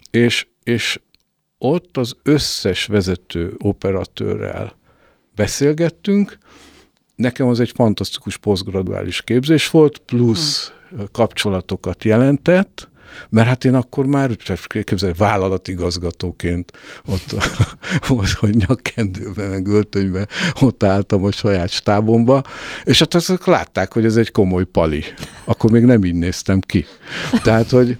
D: és ott az összes vezető operatőrrel beszélgettünk. Nekem az egy fantasztikus posztgraduális képzés volt, plusz kapcsolatokat jelentett, mert hát én akkor már vállalatigazgatóként ott volt, hogy nyakkendőben, meg öltönyben ott álltam a saját stábomba, és hát azok látták, hogy ez egy komoly pali. Akkor még nem így néztem ki. Tehát, hogy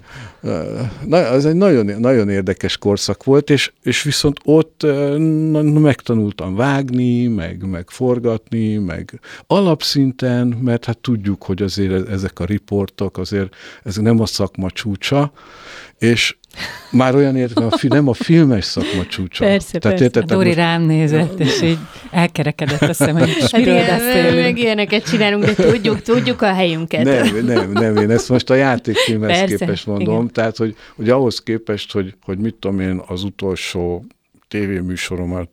D: ez egy nagyon, nagyon érdekes korszak volt, és viszont ott megtanultam vágni, meg forgatni, meg alapszinten, mert hát tudjuk, hogy azért ezek a riportok, azért ez nem a szakma csúcsa, és már olyan értem, nem a filmes szakma csúcsa.
C: Persze,
D: tehát,
C: persze.
A: Dóri rám nézett, és így elkerekedett a szemem, és miről beszélünk.
C: Meg ilyeneket csinálunk, de tudjuk a helyünket.
D: Nem, én ezt most a játékfilmhez képest mondom. Igen. Tehát, hogy ahhoz képest, hogy mit tudom én, az utolsó tévéműsoromat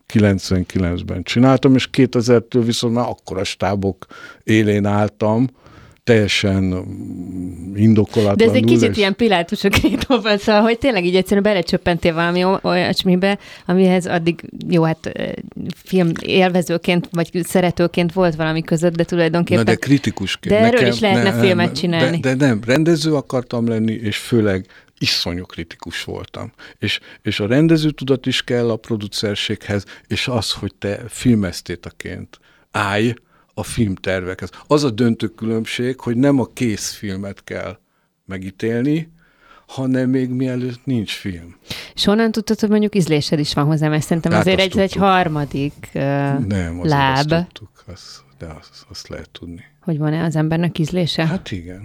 D: 99-ben csináltam, és 2000-től viszont már akkora stábok élén álltam, teljesen indokolatlan.
C: De ez egy kicsit ilyen Pilátusok rétóban, szóval, hogy tényleg így egyszerűen belecsöppentél valami olyasmibe, amihez addig, jó, hát film élvezőként, vagy szeretőként volt valami között, de tulajdonképpen...
D: Na de kritikusként.
C: De erről is lehetne filmet csinálni.
D: De nem, rendező akartam lenni, és főleg iszonyú kritikus voltam. És a rendezőtudat is kell a producerséghez, és az, hogy te filmesztétaként állj a filmtervekhez. Az a döntő különbség, hogy nem a kész filmet kell megítélni, hanem még mielőtt nincs film.
C: És honnan tudtad, hogy mondjuk ízlésed is van hozzá, mert szerintem azért ez egy harmadik
D: nem,
C: láb.
D: Nem, azt tudtuk, de azt lehet tudni.
C: Hogy van-e az embernek ízlése?
D: Hát igen.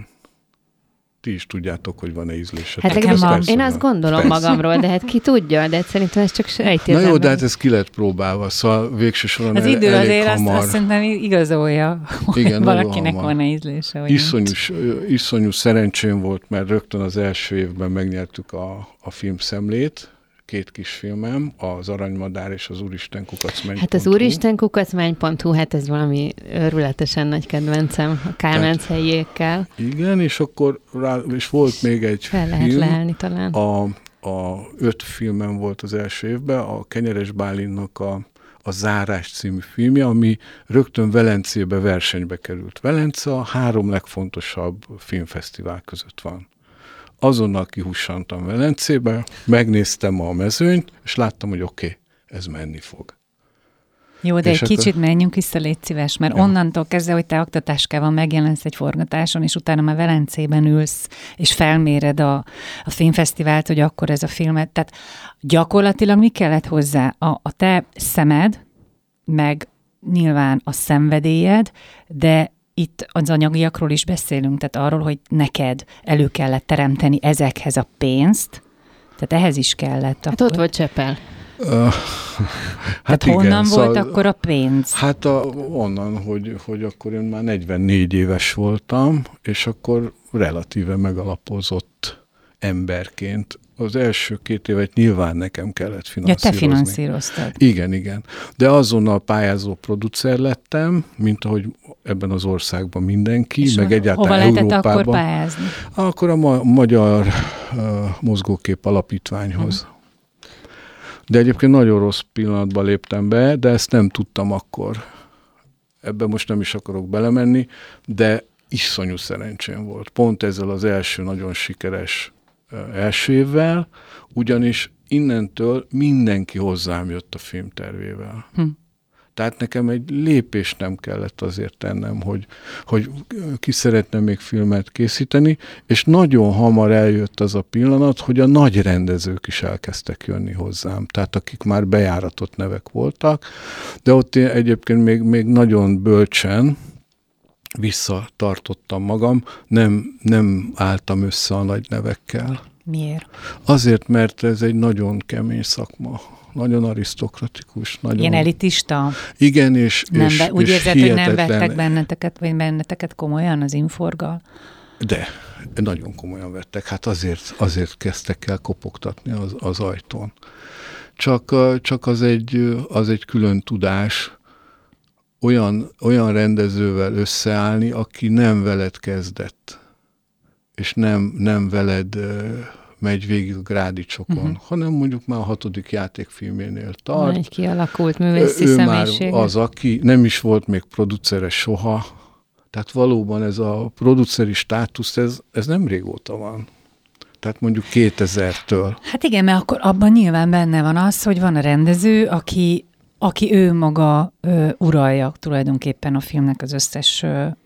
D: Ti is tudjátok, hogy van-e ízlése.
C: Hát én azt gondolom magamról, de hát ki tudja, de szerintem ez csak sejti.
D: Na jó, de hát ez ki lett próbálva, szóval végső soron
A: az idő azért
D: hamar.
A: azt szerintem igazolja,
D: igen,
A: valakinek van-e ízlése.
D: Iszonyú szerencsém volt, mert rögtön az első évben megnyertük a filmszemlét, 2 kisfilmem, az Aranymadár és az Úristen kukacmány.hu.
C: Hát az Úristen kukacmány.hu, hát ez valami őrületesen nagy kedvencem a Kálmánc helyékkel.
D: Igen, és akkor és volt még egy
C: fel lehet
D: film.
C: leállni talán.
D: A 5 filmem volt az első évben, a Kenyeres Bálintnak a Zárás című filmje, ami rögtön Velencébe versenybe került. Velence a 3 legfontosabb filmfesztivál között van. Azonnal kihussantam Velencébe, megnéztem a mezőnyt, és láttam, hogy oké, ez menni fog.
A: Jó, de és egy kicsit menjünk vissza, légy szíves, mert onnantól kezdve, hogy te aktatáskával megjelensz egy forgatáson, és utána már Velencében ülsz, és felméred a filmfesztivált, hogy akkor ez a filmet. Tehát gyakorlatilag mi kellett hozzá? A te szemed, meg nyilván a szenvedélyed, de itt az anyagiakról is beszélünk, tehát arról, hogy neked elő kellett teremteni ezekhez a pénzt, tehát ehhez is kellett.
C: Hát ott volt Csepel.
A: Hát honnan igen, volt akkor a pénz?
D: Hát onnan, hogy akkor én már 44 éves voltam, és akkor relatíve megalapozott emberként. Az első 2 évet nyilván nekem kellett finanszírozni.
A: Ja, te finanszíroztad.
D: Igen. De azonnal pályázó producer lettem, mint ahogy ebben az országban mindenki, és meg egyáltalán Európában. Hova lehetett
A: akkor pályázni?
D: Akkor a Magyar Mozgókép Alapítványhoz. De egyébként nagyon rossz pillanatban léptem be, de ezt nem tudtam akkor. Ebben most nem is akarok belemenni, de iszonyú szerencsém volt. Pont ezzel az első nagyon sikeres első évvel, ugyanis innentől mindenki hozzám jött a filmtervével. Tehát nekem egy lépést nem kellett azért tennem, hogy ki szeretne még filmet készíteni, és nagyon hamar eljött az a pillanat, hogy a nagy rendezők is elkezdtek jönni hozzám, tehát akik már bejáratott nevek voltak, de ott egyébként még nagyon bölcsen, visszatartottam magam, nem álltam össze a nagy nevekkel.
A: Miért?
D: Azért, mert ez egy nagyon kemény szakma, nagyon arisztokratikus. Nagyon...
A: Ilyen elitista?
D: Igen, és
A: úgy érzed,
D: hihetetlen...
A: hogy nem vettek benneteket komolyan az Inforggal? De,
D: nagyon komolyan vettek. Hát azért kezdtek el kopogtatni az ajtón. Csak az egy külön tudás, olyan rendezővel összeállni, aki nem veled kezdett, és nem veled megy végig a grádicsokon, hanem mondjuk már a 6. játékfilménél tart.
C: Egy kialakult művészi személyiség.
D: Ő már az, aki nem is volt még producere soha. Tehát valóban ez a produceri státusz, ez nem régóta van. Tehát mondjuk 2000-től.
A: Hát igen, mert akkor abban nyilván benne van az, hogy van a rendező, aki ő maga uralja tulajdonképpen a filmnek az összes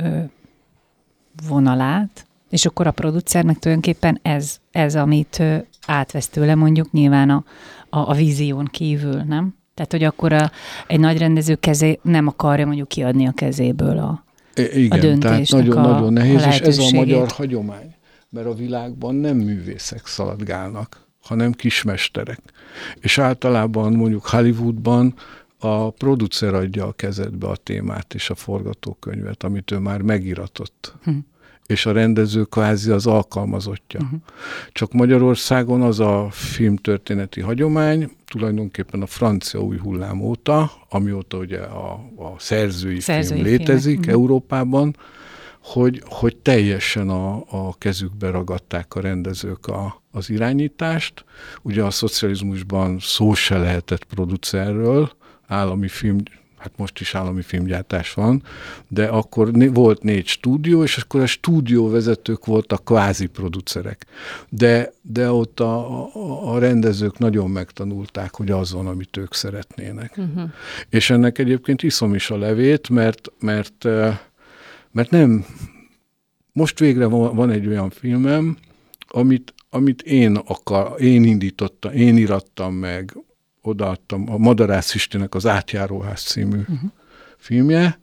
A: vonalát, és akkor a producernek tulajdonképpen ez amit átvesz tőle mondjuk nyilván a vízión kívül, nem? Tehát, hogy akkor egy nagy rendező nem akarja mondjuk kiadni a kezéből a döntésnek
D: tehát nagyon nehéz, és ez a magyar hagyomány, mert a világban nem művészek szaladgálnak, hanem kismesterek. És általában mondjuk Hollywoodban a producer adja a kezedbe a témát és a forgatókönyvet, amit ő már megiratott. És a rendező kvázi az alkalmazottja. Csak Magyarországon az a filmtörténeti hagyomány, tulajdonképpen a francia új hullám óta, amióta ugye a szerzői film létezik Európában, hogy teljesen a kezükbe ragadták a rendezők az irányítást. Ugye a szocializmusban szó se lehetett producerről, állami film, hát most is állami filmgyártás van, de akkor volt 4 stúdió, és akkor a stúdióvezetők voltak kvázi producerek. De ott a rendezők nagyon megtanulták, hogy az van, amit ők szeretnének. És ennek egyébként iszom is a levét, mert nem... Most végre van egy olyan filmem, amit én indítottam, én irattam meg, odaadtam, a Madarász Istének az Átjáróház című filmje.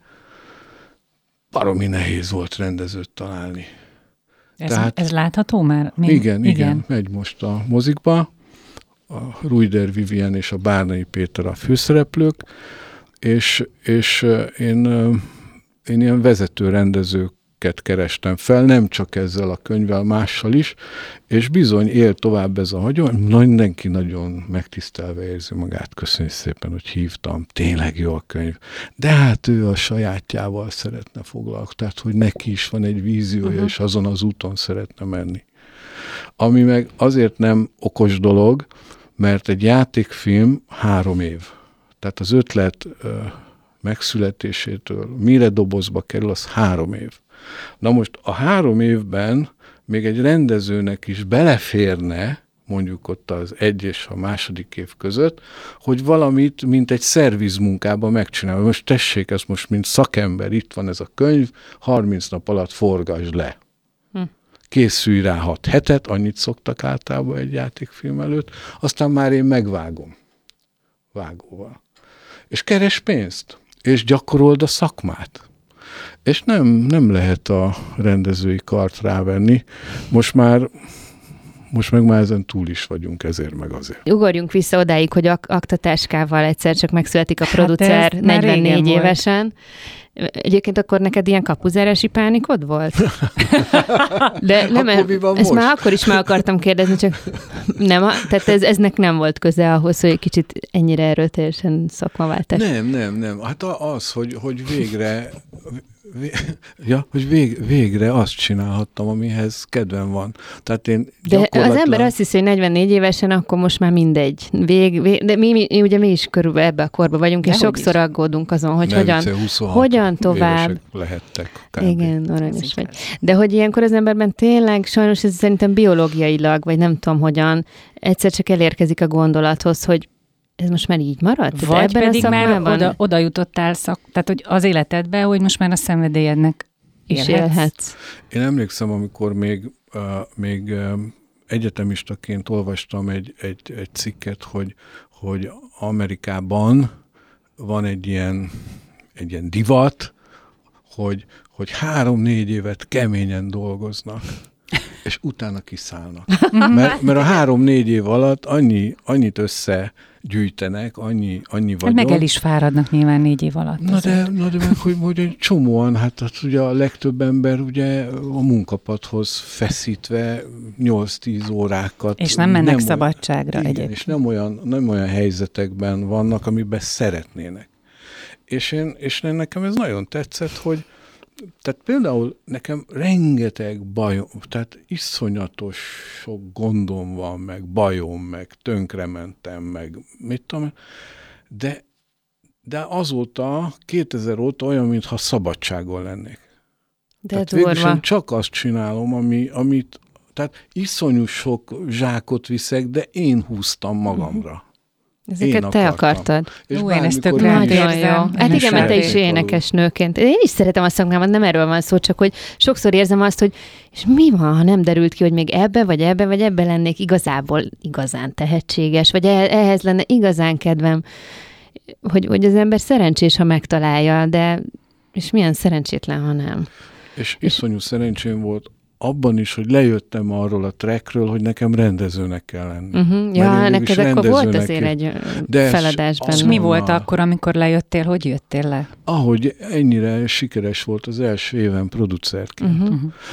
D: Baromi nehéz volt rendezőt találni.
A: Ez látható már?
D: Igen, megy most a mozikba. A Ruider Vivien és a Bárnai Péter a főszereplők, és én ilyen vezető rendezőket kerestem fel, nem csak ezzel a könyvvel, mással is, és bizony él tovább ez a hagyomány. Mindenki nagyon megtisztelve érzi magát. Köszönjük szépen, hogy hívtam. Tényleg jó a könyv. De hát ő a sajátjával szeretne foglalkozni, tehát hogy neki is van egy víziója, és azon az úton szeretne menni. Ami meg azért nem okos dolog, mert egy játékfilm 3 év. Tehát az ötlet megszületésétől mire dobozba kerül, az 3 év. Na most a 3 évben még egy rendezőnek is beleférne, mondjuk ott az 1 és a 2. év között, hogy valamit, mint egy szervizmunkában megcsinálja. Most tessék, ezt most mint szakember, itt van ez a könyv, 30 nap alatt forgasd le. Készülj rá 6 hetet, annyit szoktak általában egy játékfilm előtt, aztán már én megvágom. Vágóval. És keres pénzt, és gyakorold a szakmát. És nem lehet a rendezői kart rávenni. Most meg már ezen túl is vagyunk, ezért meg azért.
C: Ugorjunk vissza odáig, hogy aktatáskával egyszer csak megszületik a producer 44 évesen. Egyébként akkor neked ilyen kapuzárási pánikod volt? De nem, ezt már akkor is meg akartam kérdezni, csak nem, tehát eznek nem volt köze ahhoz, hogy kicsit ennyire erőteljesen szakmaváltás.
D: Nem. Hát az, hogy végre azt csinálhattam, amihez kedvem van. Tehát én
C: De az ember azt hiszi, hogy 44 évesen, akkor most már mindegy. De mi is körülbelül ebbe a korba vagyunk, és sokszor aggódunk azon, hogy hogyan tovább.
D: Lehettek.
C: Igen, aranyos vagy. De hogy ilyenkor az emberben tényleg, sajnos ez szerintem biológiailag, vagy nem tudom hogyan, egyszer csak elérkezik a gondolathoz, hogy ez most már így marad?
A: Vagy ebben pedig már oda jutottál tehát hogy az életedbe, hogy most már a szenvedélyednek élhetsz.
D: Én emlékszem, amikor még egyetemistaként olvastam egy cikket, hogy Amerikában van egy ilyen divat, hogy 3-4 évet keményen dolgoznak, és utána kiszállnak. Mert a 3-4 év alatt annyit összegyűjtenek, annyi vagyon.
A: Meg el is fáradnak nyilván 4 év alatt.
D: Na de meg, hogy egy csomóan, hát ugye a legtöbb ember ugye a munkapadhoz feszítve 8-10 órákat.
A: És nem mennek szabadságra egyébként.
D: És nem olyan helyzetekben vannak, amiben szeretnének. És nekem ez nagyon tetszett, hogy tehát például nekem rengeteg bajom, tehát iszonyatos sok gondom van, meg bajom, meg tönkrementem, meg mit tudom, de azóta, 2000 óta olyan, mintha szabadságon lennék. Tehát végülis én csak azt csinálom, amit, tehát iszonyú sok zsákot viszek, de én húztam magamra.
C: Ezeket te akartad.
A: Én ezt tökre
C: nagyon jó. Hát igen, mert te is énekesnőként. Én is szeretem a szakmámat, nem erről van szó, csak hogy sokszor érzem azt, hogy és mi van, ha nem derült ki, hogy még ebbe, vagy ebbe lennék igazán tehetséges, vagy ehhez lenne igazán kedvem, hogy az ember szerencsés, ha megtalálja, de és milyen szerencsétlen, ha nem.
D: És iszonyú szerencsém volt abban is, hogy lejöttem arról a trackről, hogy nekem rendezőnek kell lenni.
C: Ja, neked akkor volt azért egy feladásban.
A: És mi volt akkor, amikor lejöttél? Hogy jöttél le?
D: Ahogy ennyire sikeres volt az első éven producerként.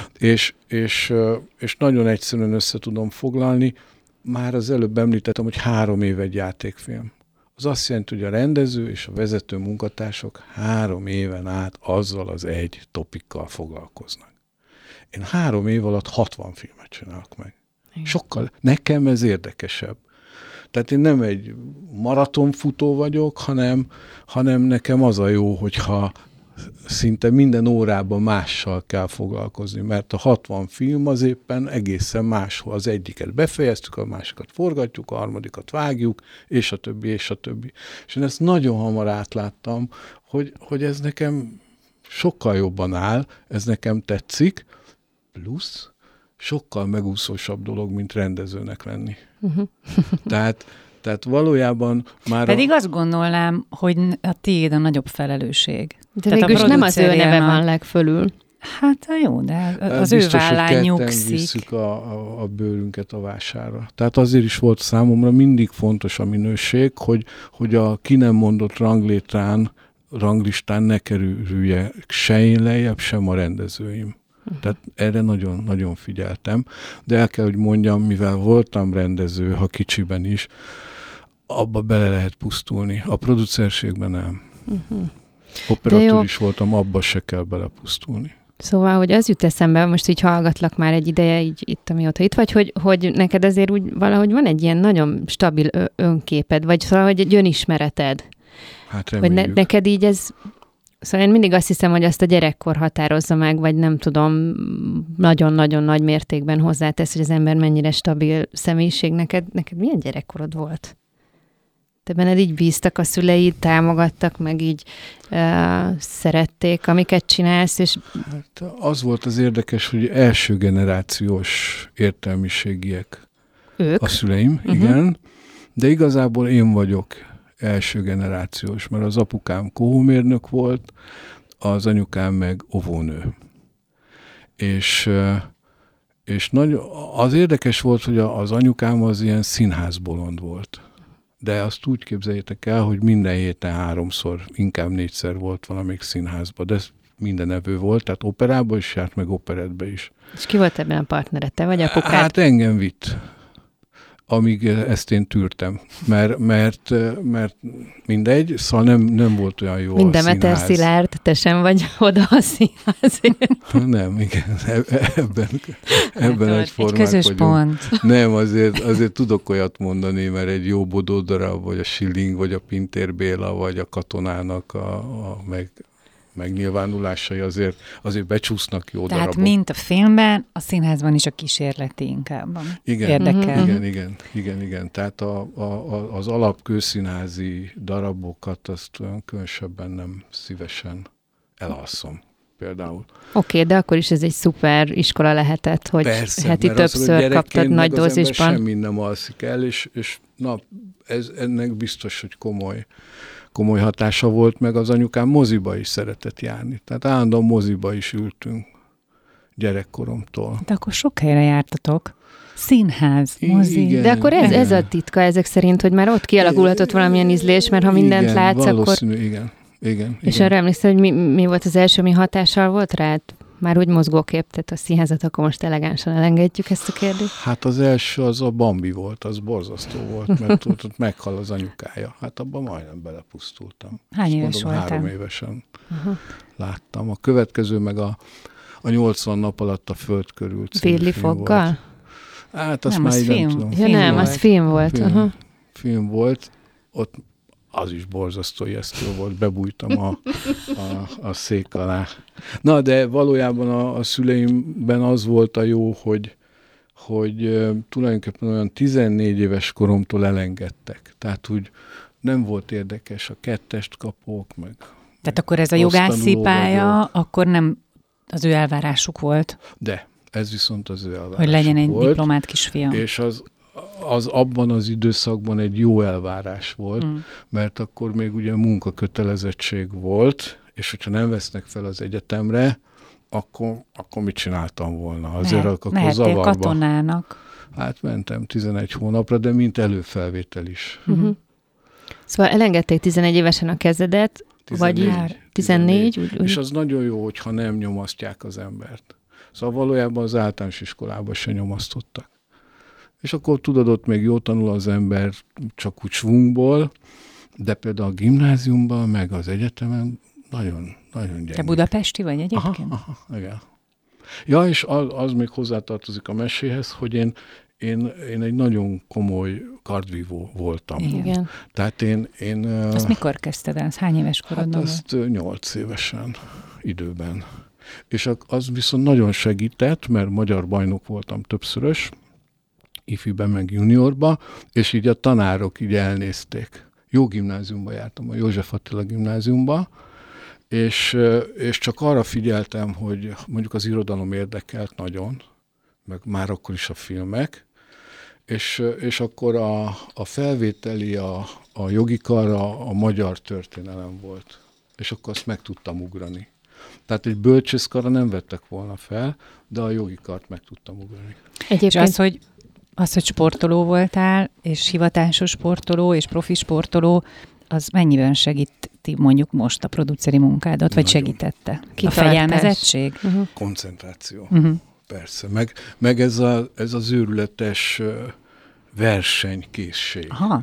D: És nagyon egyszerűen össze tudom foglalni. Már az előbb említettem, hogy 3 év egy játékfilm. Az azt jelenti, hogy a rendező és a vezető munkatársak 3 éven át azzal az egy topikkal foglalkoznak. Én 3 év alatt 60 filmet csinálok meg. Sokkal. Nekem ez érdekesebb. Tehát én nem egy maratonfutó vagyok, hanem nekem az a jó, hogyha szinte minden órában mással kell foglalkozni, mert a 60 film az éppen egészen máshol. Az egyiket befejeztük, a másikat forgatjuk, a harmadikat vágjuk, és a többi, és a többi. És én ezt nagyon hamar átláttam, hogy ez nekem sokkal jobban áll, ez nekem tetszik, plusz sokkal megúszósabb dolog, mint rendezőnek lenni. Tehát valójában már...
A: Pedig azt gondolnám, hogy a tiéd a nagyobb felelősség.
C: De végülis nem az ő neve van legfölül.
A: Hát jó, de az ő vállán nyugszik.
D: Biztos, hogy visszük a bőrünket a vására. Tehát azért is volt számomra mindig fontos a minőség, hogy a ki nem mondott ranglistán ne kerüljek se én lejjebb, sem a rendezőim. Tehát erre nagyon, nagyon figyeltem. De el kell, hogy mondjam, mivel voltam rendező, ha kicsiben is, abba bele lehet pusztulni. A producerségben nem. Operatőr is voltam, abba se kell belepusztulni.
C: Szóval, hogy az jut eszembe, most így hallgatlak már egy ideje, így itt, amióta itt vagy, hogy neked azért úgy valahogy van egy ilyen nagyon stabil önképed, vagy szóval, hogy egy önismereted.
D: Hát reméljük.
C: Hogy neked így ez... Szóval én mindig azt hiszem, hogy azt a gyerekkor határozza meg, vagy nem tudom, nagyon-nagyon nagy mértékben hozzátesz, hogy az ember mennyire stabil személyiség. Neked milyen gyerekkorod volt? Te benned így bíztak a szüleid, támogattak, meg így szerették, amiket csinálsz, és...
D: Hát az volt az érdekes, hogy első generációs értelmiségiek
C: ők?
D: A szüleim, igen, de igazából én vagyok első generációs, mert az apukám kohómérnök volt, az anyukám meg óvónő. És az érdekes volt, hogy az anyukám az ilyen színházbolond volt. De azt úgy képzeljétek el, hogy minden héten 3-szor, inkább 4-szer volt valamelyik színházban, de ez mindenevő volt, tehát operába is járt, meg operettbe is.
C: És ki volt ebben a partnered, te vagy apukád?
D: Hát engem vitt, amíg ezt én tűrtem, mert mindegy, szóval nem volt olyan jó
C: Mind
D: a színház.
C: Demeter Szilárd, te sem vagy oda a színházért.
D: Nem, igen, ebben egyformák
A: egy közös
D: vagyunk. Pont. Nem, azért tudok olyat mondani, mert egy jó Bodó darab, vagy a Schilling, vagy a Pintér Béla, vagy a Katonának a megnyilvánulásai azért becsúsznak jó darabok.
A: Tehát mint a filmben, a színházban is a kísérleti inkább. Érdekel.
D: Igen. Tehát az alapkőszínházi darabokat azt különösebben nem szívesen elalszom. Például.
C: Oké, de akkor is ez egy szuper iskola lehetett, hogy persze, heti többször kaptad nagy dózisban.
D: Semmi nem alszik el, és ennek biztos, hogy komoly hatása volt, meg az anyukám moziba is szeretett járni. Tehát állandóan moziba is ültünk gyerekkoromtól.
A: De akkor sok helyre jártatok. Színház, mozi.
D: Igen,
C: de akkor ez a titka ezek szerint, hogy már ott kialakulhatott valamilyen ízlés, mert ha mindent látsz, akkor...
D: Igen.
C: És arra emlékszel, hogy mi volt az első, mi hatással volt rád? Már úgy mozgókép, tehát a színházat akkor most elegánsan elengedjük ezt a kérdést.
D: Hát az első az a Bambi volt, az borzasztó volt, mert ott meghal az anyukája. Hát abban majdnem belepusztultam.
A: Hány éves voltál?
D: 3 évesen láttam. A következő meg a 80 nap alatt a föld körül című
C: Billy
D: film
C: Foggal?
D: volt. Hát azt
A: nem,
D: már
A: az
D: így
A: film.
D: nem tudom.
C: Ja, nem, az film volt.
D: Film volt. Ott az is borzasztó ijesztő volt, bebújtam a szék alá. Na, de valójában a szüleimben az volt a jó, hogy tulajdonképpen olyan 14 éves koromtól elengedtek. Tehát úgy nem volt érdekes a 2-est kapok, meg...
A: Tehát akkor ez a jogászi pálya, akkor nem az ő elvárásuk volt.
D: De, ez viszont az ő elvárásuk
A: hogy legyen egy
D: volt,
A: diplomát kisfiam.
D: És az abban az időszakban egy jó elvárás volt, mert akkor még ugye munkakötelezettség volt, és hogyha nem vesznek fel az egyetemre, akkor mit csináltam volna? Azért akkor zavarba.
A: Katonának.
D: Hát mentem 11 hónapra, de mint előfelvétel is.
C: Szóval elengedték 11 évesen a kezedet, 14, vagy 14. Úgy.
D: És az nagyon jó, hogyha nem nyomasztják az embert. Szóval valójában az általános iskolában se nyomasztottak. És akkor tudod, ott még jól tanul az ember csak úgy svungból, de például a gimnáziumban, meg az egyetemen nagyon gyenge.
A: Te budapesti vagy egyébként?
D: Aha, igen. Ja, és az még hozzátartozik a meséhez, hogy én egy nagyon komoly kardvívó voltam.
C: Igen.
D: Tehát én
A: azt mikor kezdted el? Hány éves korodban?
D: Hát azt 8 évesen időben. És az viszont nagyon segített, mert magyar bajnok voltam többszörös, ifiben meg juniorba, és így a tanárok így elnézték. Jó gimnáziumba jártam, a József Attila gimnáziumba, és csak arra figyeltem, hogy mondjuk az irodalom érdekelt nagyon, meg már akkor is a filmek, és akkor a felvételi, a jogi karra a magyar történelem volt. És akkor azt meg tudtam ugrani. Tehát egy bölcsészkarra nem vettek volna fel, de a jogi kart meg tudtam ugrani.
A: Egyébként és az, hogy sportoló voltál, és hivatásos sportoló, és profi sportoló, az mennyiben segíti mondjuk most a produceri munkádat, vagy nagyon segítette? Kitartás. A fegyelmezettség?
D: Koncentráció. Persze. Meg ez az őrületes versenykészség.
A: Aha.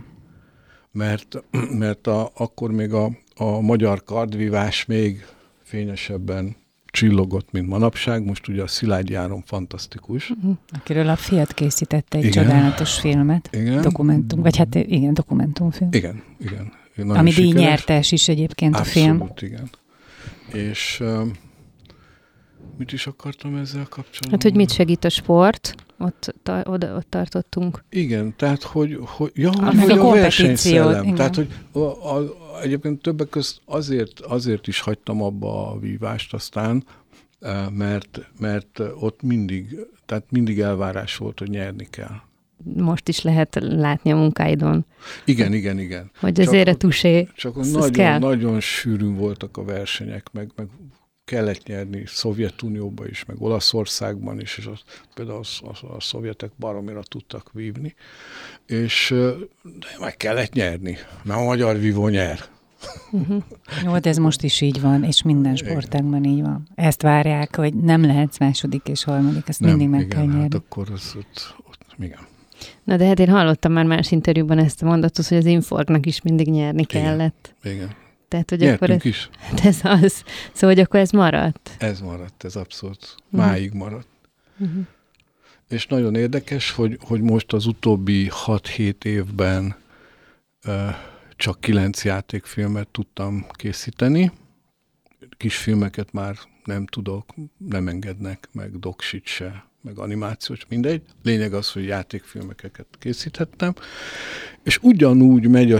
D: Mert akkor még a magyar kardvívás még fényesebben csillogott, mint manapság. Most ugye a Szilágyi Áron fantasztikus.
A: Akiről a fiat készítette egy csodálatos filmet.
D: Igen.
A: Dokumentumfilm.
D: Igen.
A: Ami díjnyertes is egyébként
D: abszolút,
A: a film.
D: Igen. És mit is akartam ezzel kapcsolatban?
C: Hát, hogy mit segít a sport, ott tartottunk.
D: Igen, tehát, hogy
A: a
D: versenyszellem. Tehát, hogy egyébként többek közt azért is hagytam abba a vívást aztán, mert ott mindig elvárás volt, hogy nyerni kell.
C: Most is lehet látni a munkáidon.
D: Igen.
C: Hogy azért a tusé,
D: csak nagyon sűrűn voltak a versenyek, meg kellett nyerni Szovjetunióban is, meg Olaszországban is, és például a szovjetek baromira tudtak vívni, és de meg kellett nyerni, mert a magyar vívó nyer.
A: Jó, de ez most is így van, és minden sportágban így van. Ezt várják, hogy nem lehetsz második és harmadik, ezt mindig meg kell nyerni.
D: Hát akkor ott igen.
C: Na de hát én hallottam már más interjúban ezt a mondatot, hogy az Inforgnak is mindig nyerni kellett.
D: Igen.
C: Tehát, hogy
D: nyertünk
C: akkor
D: is.
C: Hát ez az. Szóval, hogy akkor ez maradt?
D: Ez maradt, ez abszolút. Máig maradt. És nagyon érdekes, hogy most az utóbbi 6-7 évben csak 9 játékfilmet tudtam készíteni. Kisfilmeket már nem tudok, nem engednek, meg doksit se, meg animációs, mindegy. Lényeg az, hogy játékfilmeket készíthettem. És ugyanúgy megy a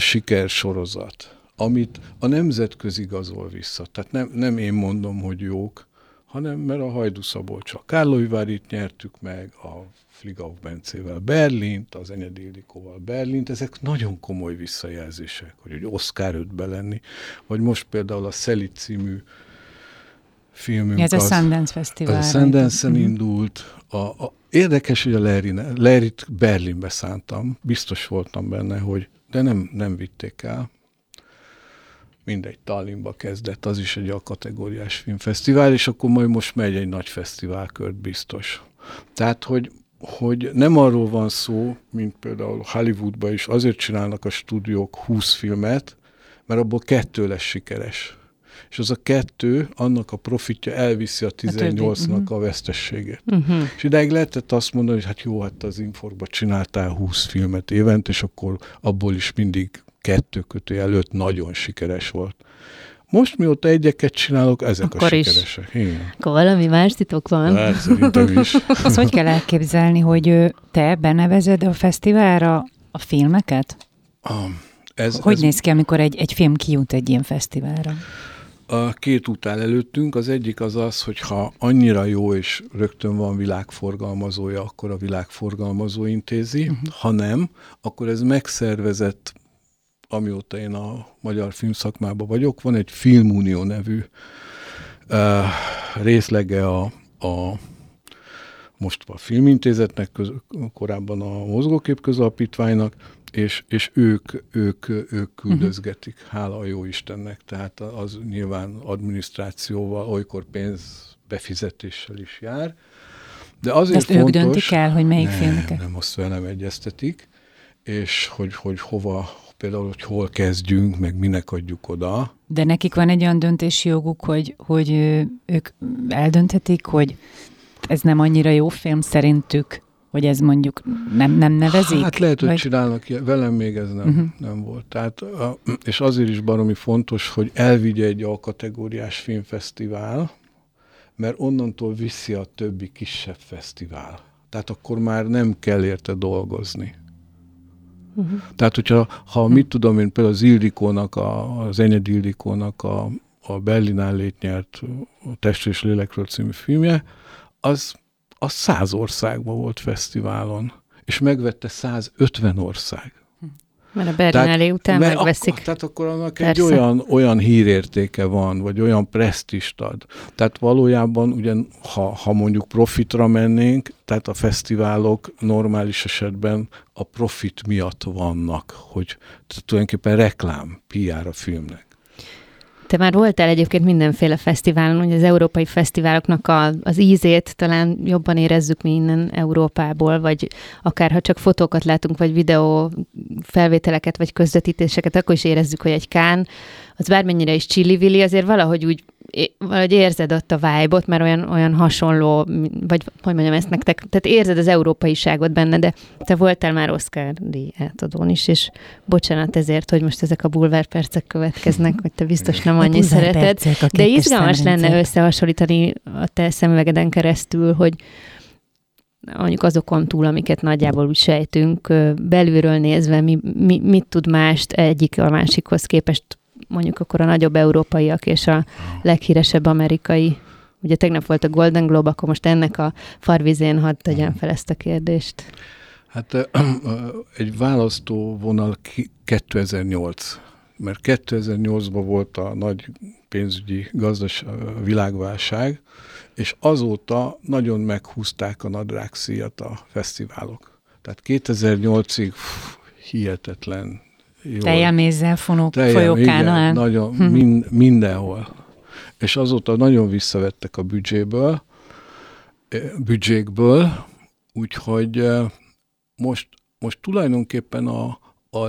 D: sikersorozat, amit a nemzetközi igazol vissza. Tehát nem én mondom, hogy jók, hanem mert a Hajdú Szabolcsa Kárlóivárit nyertük meg, a Fligauf Bencével Berlint, az Enyedi Ildikóval Berlint, ezek nagyon komoly visszajelzések, hogy Oscar 5-be lenni, vagy most például a Szeli című filmünk.
A: Ez a Sundance Fesztivál.
D: Az a Sundance-en indult. Érdekes, hogy a Larryt Berlinbe szántam, biztos voltam benne, de nem vitték el. Mindegy, Tallinnba kezdett, az is egy A-kategóriás filmfesztivál, és akkor majd most megy egy nagy fesztiválkört biztos. Tehát, hogy nem arról van szó, mint például Hollywoodban is, azért csinálnak a stúdiók 20 filmet, mert abból 2 lesz sikeres. És az a 2, annak a profitja elviszi a 18-nak a vesztességét. És idáig lehetett azt mondani, hogy hát jó, hát az Inforgban csináltál 20 filmet évent, és akkor abból is mindig 2-5 nagyon sikeres volt. Most mióta egyeket csinálok, ezek akkor a sikeresek. Igen.
C: Akkor valami más titok van.
D: Hát, szerintem is.
A: Azt hogy kell elképzelni, hogy te benevezed a fesztiválra a filmeket? Hogy néz ki, amikor egy film kijut egy ilyen fesztiválra?
D: A 2 út áll előttünk. Az egyik az, hogy ha annyira jó és rögtön van világforgalmazója, akkor a világforgalmazó intézi. Ha nem, akkor ez megszervezett, amióta én a magyar filmszakmában vagyok, van egy Filmunió nevű részlege most a Filmintézetnek, korábban a Mozgókép Közalapítványnak, és ők küldözgetik, hála a jó Istennek, tehát az nyilván adminisztrációval, olykor pénzbefizetéssel is jár. De azért
A: ezt
D: fontos,
A: ők döntik el, hogy melyik filmeket?
D: Nem, azt velem egyeztetik, és hogy hova, például, hogy hol kezdjünk, meg minek adjuk oda.
A: De nekik van egy olyan döntési joguk, hogy ők eldönthetik, hogy ez nem annyira jó film szerintük, hogy ez mondjuk nem nevezik?
D: Hát lehet, hogy csinálnak ilyen. Velem még ez nem volt. Tehát, és azért is baromi fontos, hogy elvigye egy A-kategóriás filmfesztivál, mert onnantól viszi a többi kisebb fesztivál. Tehát akkor már nem kell érte dolgozni. Tehát, hogyha mit tudom én, például az Ildikónak, az Enyedi Ildikónak a Berlinálét nyert a Test és Lélekről című filmje, az 100 országban volt fesztiválon, és megvette 150 ország.
C: Mert a Berlinálé után megveszik.
D: Tehát akkor annak egy olyan hírértéke van, vagy olyan presztist ad. Tehát valójában, ugye, ha mondjuk profitra mennénk, tehát a fesztiválok normális esetben a profit miatt vannak, hogy tulajdonképpen reklám, PR a filmnek.
C: Te már voltál egyébként mindenféle fesztiválon, hogy az európai fesztiváloknak az ízét talán jobban érezzük mi innen Európából, vagy akár ha csak fotókat látunk, vagy videó felvételeket, vagy közvetítéseket, akkor is érezzük, hogy egy Cannes, az bármennyire is csillivilli, azért valahogy érzed ott a vibe-ot, mert olyan hasonló, vagy hogy mondjam ezt nektek, tehát érzed az európaiságot benne, de te voltál már Oscar-díj átadón is, és bocsánat ezért, hogy most ezek a bulvárpercek következnek, hogy te biztos nem annyi szereted, de izgalmas lenne összehasonlítani a te szemüvegeden keresztül, hogy mondjuk azokon túl, amiket nagyjából úgy sejtünk, belülről nézve, mit tud mást egyik a másikhoz képest, mondjuk akkor a nagyobb európaiak és a leghíresebb amerikai. Ugye tegnap volt a Golden Globe, akkor most ennek a farvizén hadd tegyem fel ezt a kérdést.
D: Hát egy választóvonal 2008, mert 2008-ban volt a nagy pénzügyi világválság, és azóta nagyon meghúzták a nadrágszíjat a fesztiválok. Tehát 2008-ig hihetetlen
A: Tejjel, mézzel, folyókán áll.
D: Nagyon, mindenhol. És azóta nagyon visszavettek a büdzsékből, úgyhogy most tulajdonképpen a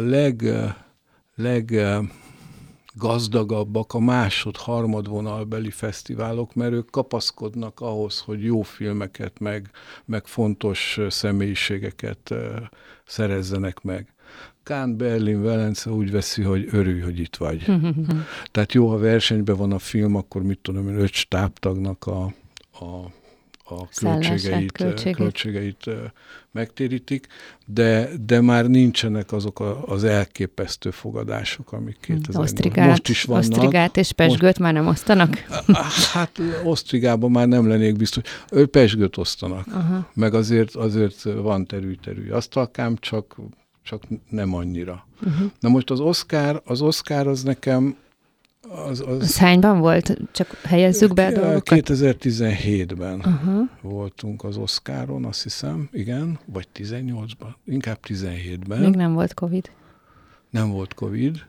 D: leggazdagabbak a harmadvonalbeli fesztiválok, mert ők kapaszkodnak ahhoz, hogy jó filmeket, meg fontos személyiségeket szerezzenek meg. Cannes, Berlin, Velence úgy veszi, hogy örülj, hogy itt vagy. Tehát jó, ha versenyben van a film, akkor mit tudom én, 5 stábtagnak a a költségeit megtérítik, de már nincsenek azok az elképesztő fogadások, amik 2008 most is vannak.
C: Osztrigát és pezsgőt már nem osztanak?
D: Hát osztrigában már nem lennék biztos. Pezsgőt osztanak, meg azért van terű asztalkám, csak nem annyira. Na most az Oscar az nekem az
C: hányban volt? Csak helyezzük be a dolgokat?
D: 2017-ben voltunk az Oscaron, azt hiszem, igen, vagy 18-ban, inkább 17-ben.
C: Még nem volt Covid.
D: Nem volt Covid,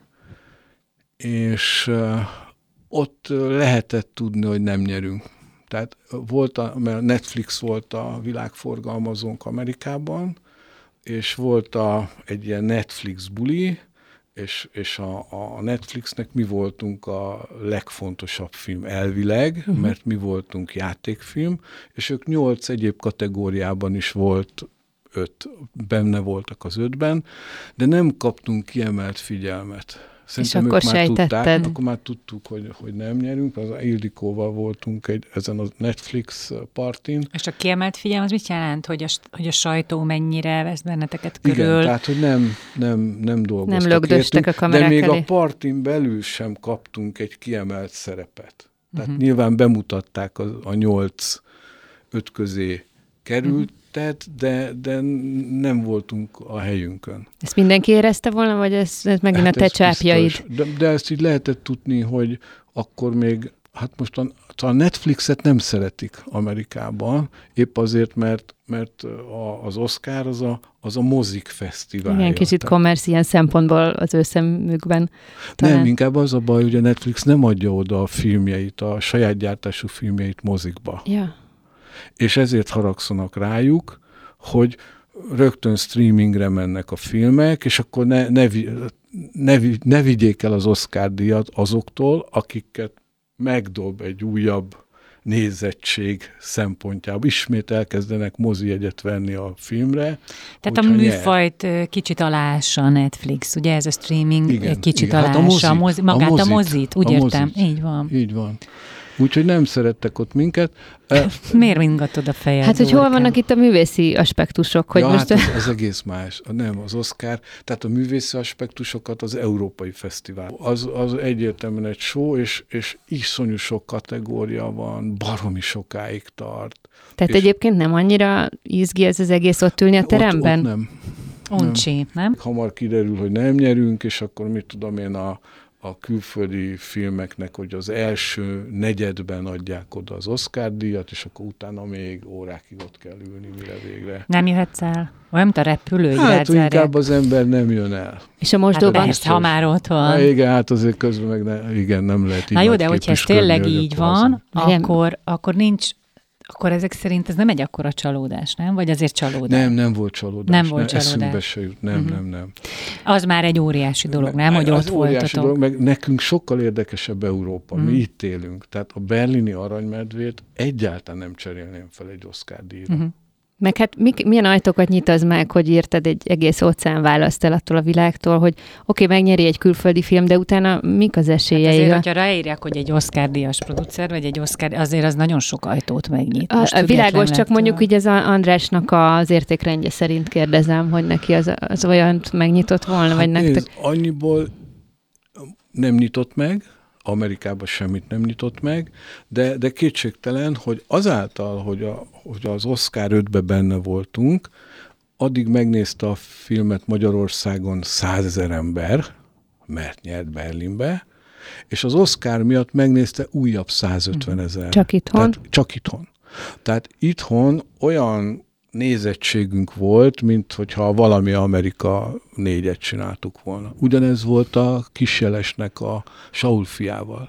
D: és ott lehetett tudni, hogy nem nyerünk. Tehát mert Netflix volt a világforgalmazónk Amerikában, és volt egy ilyen Netflix buli, és a Netflixnek mi voltunk a legfontosabb film elvileg, mert mi voltunk játékfilm, és ők 8 egyéb kategóriában is volt 5, benne voltak az 5-ben, de nem kaptunk kiemelt figyelmet. Szerintem
C: és akkor sejtetted?
D: Akkor már tudtuk, hogy nem nyerünk. Az Ildikóval voltunk ezen a Netflix partin.
A: És a kiemelt figyelem az mit jelent? Hogy a sajtó mennyire vesz benneteket körül?
D: Igen, tehát, hogy nem dolgoztak.
C: Nem lögdöstek a kamerák
D: elé. De még
C: elé.
D: a partin belül sem kaptunk egy kiemelt szerepet. Tehát nyilván bemutatták a 8 5 közé került, de nem voltunk a helyünkön.
C: Ezt mindenki érezte volna, vagy ez megint hát a te csápjaid?
D: De ezt így lehetett tudni, hogy akkor még, hát most a Netflixet nem szeretik Amerikában, épp azért, mert az Oscar az a mozik fesztiválja.
C: Igen, kicsit kommersz ilyen szempontból az ő szemükben. Talán.
D: Nem, inkább az a baj, hogy a Netflix nem adja oda a filmjeit, a saját gyártású filmjeit mozikba.
C: Ja.
D: És ezért haragszanak rájuk, hogy rögtön streamingre mennek a filmek, és akkor ne vigyék el az Oscar-díjat azoktól, akiket megdob egy újabb nézettség szempontjából. Ismét elkezdenek mozijegyet venni a filmre.
A: Tehát a műfajt kicsit aláássa a Netflix, ugye ez a streaming egy kicsit aláássa a mozit, úgy értem. Így van.
D: Így van. Úgyhogy nem szerettek ott minket.
A: Miért ringatod a fejed?
C: Hát, hogy hol vannak itt a művészi aspektusok? Hogy most...
D: hát az egész más. Nem, az Oscar, tehát a művészi aspektusokat az Európai Fesztivál. Az egyértelműen egy show, és iszonyú sok kategória van, baromi sokáig tart.
C: Tehát egyébként nem annyira izgi ez az egész ott ülni a teremben?
D: Ott nem.
A: Uncsi, nem?
D: Hamar kiderül, hogy nem nyerünk, és akkor mit tudom én a külföldi filmeknek, hogy az első negyedben adják oda az Oscar-díjat, és akkor utána még órákig ott kell ülni, mire végre.
A: Nem jöhetsz el? Olyan, mint a repülő?
D: Hát inkább az ember nem jön el.
C: És a mosdóban?
A: Hát ha már ott van.
D: Igen, hát azért közben meg nem lehet így.
A: Na jó, de hogyha ez tényleg így van, akkor nincs. Akkor ezek szerint ez nem egy akkora csalódás, nem? Vagy azért csalódás?
D: Nem volt csalódás.
A: Nem volt csalódás.
D: Eszünkbe se jut. Nem.
A: Az már egy óriási dolog, nem? Hogy ott voltatok.
D: Dolog, meg nekünk sokkal érdekesebb Európa. Mi itt élünk. Tehát a berlini Aranymedvét egyáltalán nem cserélném fel egy Oscar-díjra.
C: Meg hát milyen ajtókat nyit az meg, hogy érted, egy egész óceán választ el attól a világtól, hogy oké, megnyeri egy külföldi film, de utána mik az esélyei? Hát
A: azért, hogyha ráírják, hogy egy Oscar-díjas producer, vagy egy Oscar, azért az nagyon sok ajtót megnyit.
C: A világos, csak mondjuk így az Andrásnak az értékrendje szerint kérdezem, hogy neki az olyan megnyitott volna, vagy nektek?
D: Annyiból nem nyitott meg, Amerikában semmit nem nyitott meg, de kétségtelen, hogy azáltal, hogy az Oscar 5-be benne voltunk, addig megnézte a filmet Magyarországon 100 000 ember, mert nyert Berlinbe, és az Oscar miatt megnézte újabb 150 000.
C: Csak itthon?
D: Csak itthon. Tehát itthon olyan nézettségünk volt, mint hogyha valami Amerika 4-et csináltuk volna. Ugyanez volt a Kisjelesnek a Saul fiával.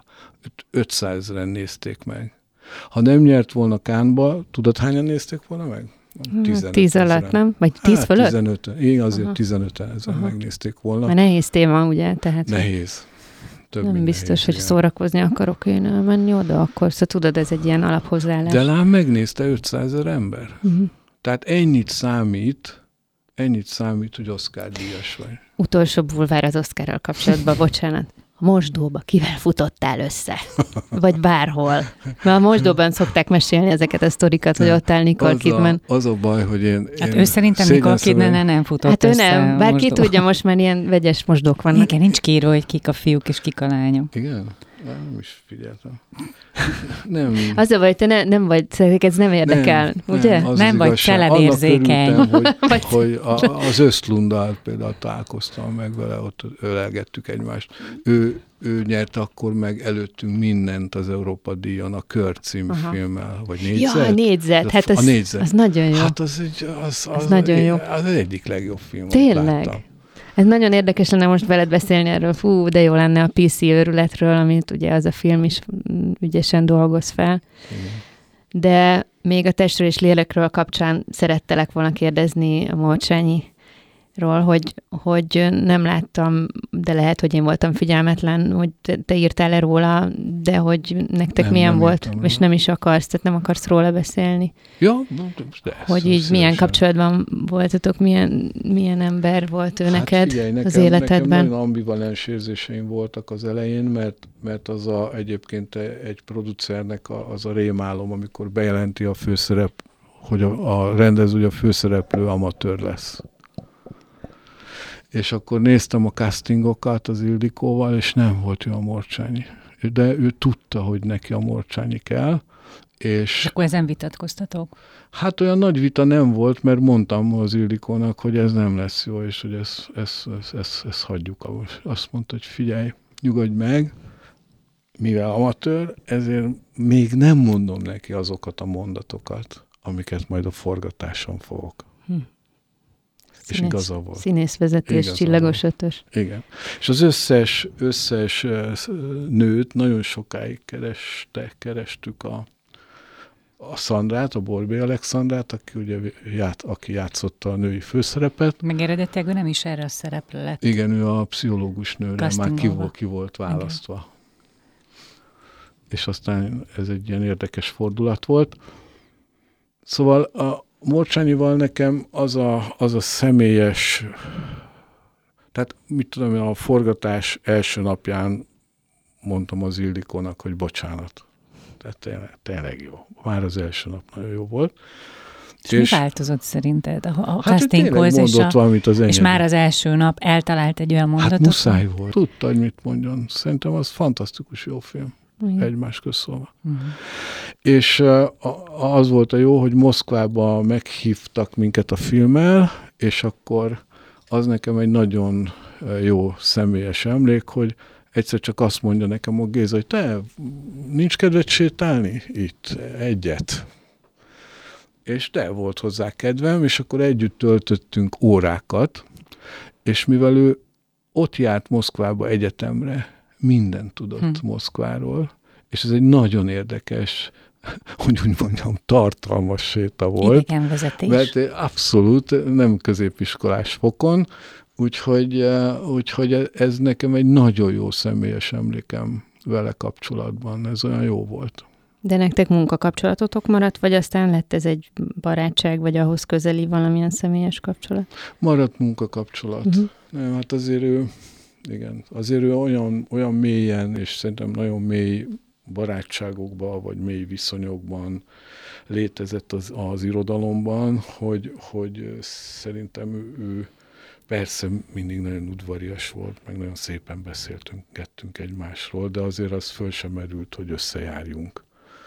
D: 500 000 nézték meg. Ha nem nyert volna Cannes-ba, tudod hányan nézték volna meg?
C: 10 alatt, nem? Vagy 10 fölött?
D: 15. Én azért 15 000 megnézték volna.
C: Mert nehéz téma, ugye? Tehát
D: nehéz.
C: Nem biztos, hogy szórakozni akarok én elmenni oda, akkor szóval tudod, ez egy ilyen alaphozzáállás.
D: De lám megnézte 500 000 ember. Tehát ennyit számít, hogy Oscar-díjas vagy.
C: Utolsó bulvár az Oscarral kapcsolatban, bocsánat. a mosdóba kivel futottál össze? Vagy bárhol. Mert a mosdóban szokták mesélni ezeket a sztorikat, hogy ott áll Nicole Kidman.
D: Az a baj, hogy én
A: ő szerintem Nicole Kidman nem futott össze.
C: Hát ő nem, bár ki tudja, most már ilyen vegyes mosdók vannak.
A: Igen, nincs kiírva, hogy kik a fiúk és kik a lányok.
D: Igen? Nem is figyeltem. Nem.
C: Az a baj, hogy te nem vagy, ez nem érdekel, ugye?
A: Nem vagy szeledérzékeny.
D: hogy az Östlunddal például találkoztam meg vele, ott ölelgettük egymást. Ő nyert akkor meg előttünk mindent az Európa-díjon, a Kör című filmmel, vagy Négyzet.
C: Ja, a Négyzet, hát
D: a Négyzet.
C: Az nagyon jó.
D: Hát az
C: nagyon jó.
D: Az egyik legjobb film,
C: tényleg?
D: láttam.
C: Ez nagyon érdekes lenne most veled beszélni erről. Fú, de jó lenne a PC őrületről, amit ugye az a film is ügyesen dolgoz fel.
D: Igen.
C: De még a testről és lélekről kapcsán szerettelek volna kérdezni a Molcsányiról, hogy nem láttam, de lehet, hogy én voltam figyelmetlen, hogy te írtál le róla, de hogy nektek milyen volt, és nem is akarsz, tehát nem akarsz róla beszélni.
D: Ja,
C: hogy így milyen kapcsolatban voltatok, milyen ember volt ő neked
D: figyelj,
C: az életedben?
D: Nekem nagyon ambivalens érzéseim voltak az elején, mert az egyébként egy producernek az a rémálom, amikor bejelenti a főszerep, hogy a rendező, a főszereplő amatőr lesz. És akkor néztem a castingokat az Ildikóval, és nem volt ő a Morcsányi. De ő tudta, hogy neki a Morcsányi kell. És
A: akkor ezen vitatkoztatok?
D: Hát olyan nagy vita nem volt, mert mondtam az Ildikónak, hogy ez nem lesz jó, és hogy ezt hagyjuk. Azt mondta, hogy figyelj, nyugodj meg, mivel amatőr, ezért még nem mondom neki azokat a mondatokat, amiket majd a forgatáson fogok. És igaza volt.
C: Színészvezetés, csillagos ötös.
D: Igen. És az összes nőt nagyon sokáig kerestük a Szandrát, a Borbély Alexandrát, aki ugye aki játszotta a női főszerepet.
A: Meg eredetileg ő nem is erre a szerepre lett.
D: Igen, ő a pszichológus nőre már ki volt választva. Igen. És aztán ez egy ilyen érdekes fordulat volt. Szóval a Morcsányival nekem az a személyes, tehát mit tudom, a forgatás első napján mondtam az Ildikónak, hogy bocsánat. Tehát tényleg jó. Már az első nap nagyon jó volt.
A: És mi változott szerinted a
D: hát
A: castinghoz?
D: És
A: már az első nap eltalált egy olyan mondatot?
D: Hát muszáj volt. Tudta, hogy mit mondjon. Szerintem az fantasztikus jó film. Egymás közszólva. És az volt a jó, hogy Moszkvába meghívtak minket a filmmel, és akkor az nekem egy nagyon jó személyes emlék, hogy egyszer csak azt mondja nekem a Géza, hogy te, nincs kedved sétálni itt egyet. És de volt hozzá kedvem, és akkor együtt töltöttünk órákat, és mivel ő ott járt Moszkvába egyetemre, mindent tudott Moszkváról, és ez egy nagyon érdekes, hogy úgy mondjam, tartalmas séta volt.
A: Idegenvezetés.
D: Mert abszolút nem középiskolás fokon, úgyhogy ez nekem egy nagyon jó személyes emlékem vele kapcsolatban. Ez olyan jó volt.
C: De nektek munkakapcsolatotok maradt, vagy aztán lett ez egy barátság, vagy ahhoz közeli valamilyen személyes kapcsolat?
D: Maradt munkakapcsolat. Nem, hát azért ő olyan mélyen, és szerintem nagyon mély barátságokban, vagy mély viszonyokban létezett az irodalomban, hogy szerintem ő persze mindig nagyon udvarias volt, meg nagyon szépen beszéltünk egymásról, de azért az föl sem merült, hogy összejárjunk.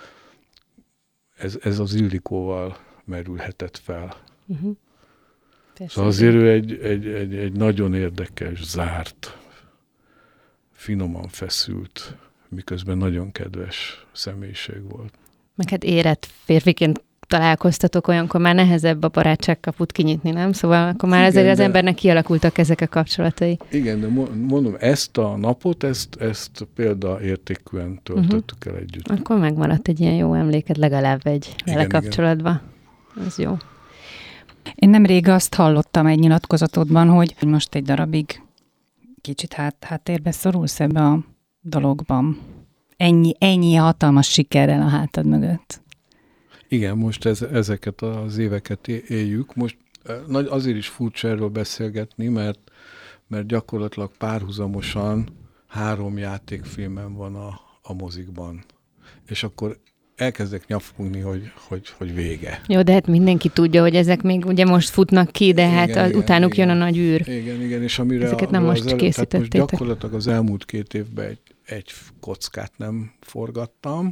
D: Ez az Ildikóval merülhetett fel. Szóval azért ő egy nagyon érdekes, zárt, finoman feszült, miközben nagyon kedves személyiség volt.
C: Meg hát érett férfiként találkoztatok, olyankor már nehezebb a barátságkaput kinyitni, nem? Szóval akkor már ezért az embernek kialakultak ezek a kapcsolatai.
D: Igen, de mondom, ezt a napot, ezt példaértékűen töltöttük el együtt.
C: Akkor megmaradt egy ilyen jó emléked legalább egy vele kapcsolatban. Ez jó.
A: Én nemrég azt hallottam egy nyilatkozatodban, hogy most egy darabig kicsit háttérbe szorulsz ebbe a dologban. Ennyi hatalmas sikerrel a hátad mögött.
D: Igen, most ezeket az éveket éljük. Most azért is furcsa erről beszélgetni, mert gyakorlatilag párhuzamosan 3 játékfilmem van a mozikban. És akkor elkezdek nyafogni, hogy vége.
C: Jó, de hát mindenki tudja, hogy ezek még ugye most futnak ki, de hát igen, utánuk jön a nagy űr.
D: Igen, és amire
C: ezeket nem most készítettétek.
D: Most gyakorlatilag az elmúlt 2 évben egy kockát nem forgattam,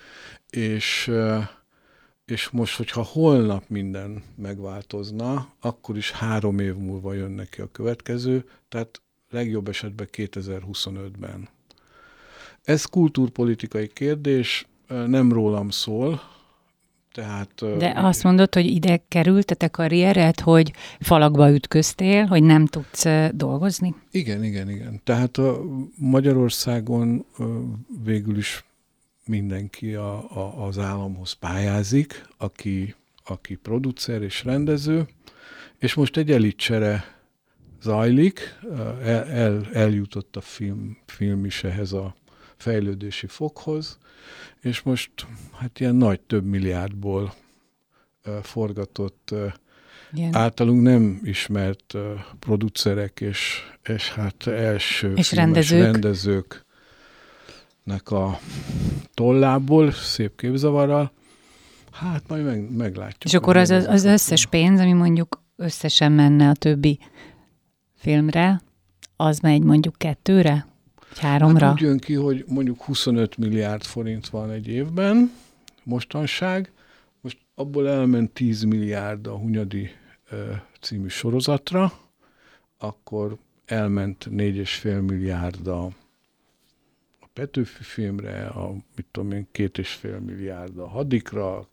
D: és most, hogyha holnap minden megváltozna, akkor is 3 év múlva jön neki a következő, tehát legjobb esetben 2025-ben. Ez kultúrpolitikai kérdés, nem rólam szól, tehát...
A: De azt mondod, hogy ide került a te karriered, hogy falakba ütköztél, hogy nem tudsz dolgozni?
D: Igen. Tehát Magyarországon végül is mindenki az államhoz pályázik, aki producer és rendező, és most egy elitcsere zajlik, eljutott a film is ehhez a fejlődési fokhoz, és most hát ilyen nagy több milliárdból forgatott, általunk nem ismert producerek és hát első
A: és
D: filmes rendezőknek a tollából, szép képzavarral, hát majd meglátjuk.
A: És akkor az összes pénz, ami mondjuk összesen menne a többi filmre, az megy mondjuk 2-re? 3-ra?
D: Hát úgy jön ki, hogy mondjuk 25 milliárd forint van egy évben, mostanság. Most abból elment 10 milliárd a Hunyadi című sorozatra, akkor elment 4,5 milliárd a Petőfi filmre, 2,5 milliárd a Hadikra,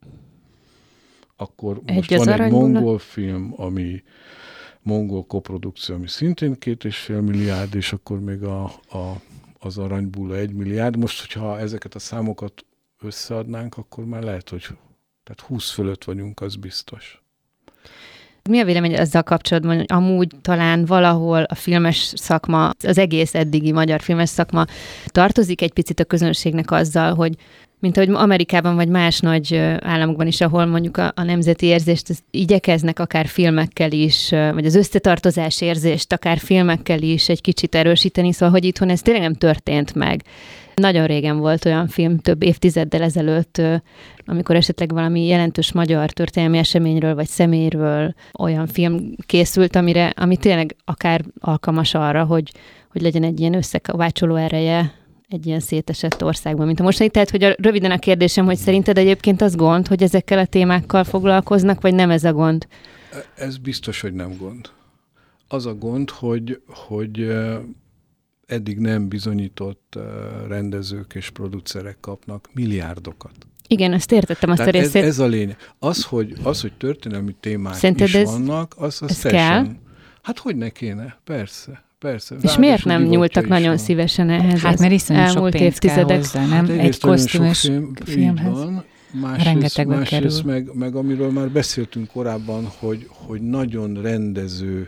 D: akkor most van egy mongol film, ami mongol koprodukció, ami szintén 2,5 milliárd, és akkor még az Aranybulla 1 milliárd. Most, hogyha ezeket a számokat összeadnánk, akkor már lehet, hogy tehát 20 fölött vagyunk, az biztos.
C: Mi a vélemény ezzel kapcsolatban, hogy amúgy talán valahol a filmes szakma, az egész eddigi magyar filmes szakma tartozik egy picit a közönségnek azzal, hogy mint ahogy Amerikában vagy más nagy államokban is, ahol mondjuk a nemzeti érzést igyekeznek akár filmekkel is, vagy az összetartozás érzést akár filmekkel is egy kicsit erősíteni, szóval hogy itthon ez tényleg nem történt meg. Nagyon régen volt olyan film, több évtizeddel ezelőtt, amikor esetleg valami jelentős magyar történelmi eseményről vagy személyről olyan film készült, ami tényleg akár alkalmas arra, hogy legyen egy ilyen összekovácsoló ereje egy ilyen szétesett országban, mint a mostani. Tehát, hogy röviden a kérdésem, hogy szerinted egyébként az gond, hogy ezekkel a témákkal foglalkoznak, vagy nem ez a gond?
D: Ez biztos, hogy nem gond. Az a gond, hogy eddig nem bizonyított rendezők és producerek kapnak milliárdokat.
C: Igen, ezt értettem, azt a részét.
D: Ez a lényeg. Az, hogy történelmi témák szerinted is vannak, az
C: kell?
D: Hát hogy ne kéne? Persze.
C: És miért nem nyúltak nagyon szívesen ehhez?
A: Hát mert iszonyú sok pénz kell hozzá, nem? Egy kosztümös filmhez. Van,
D: másrészt meg amiről már beszéltünk korábban, hogy nagyon rendező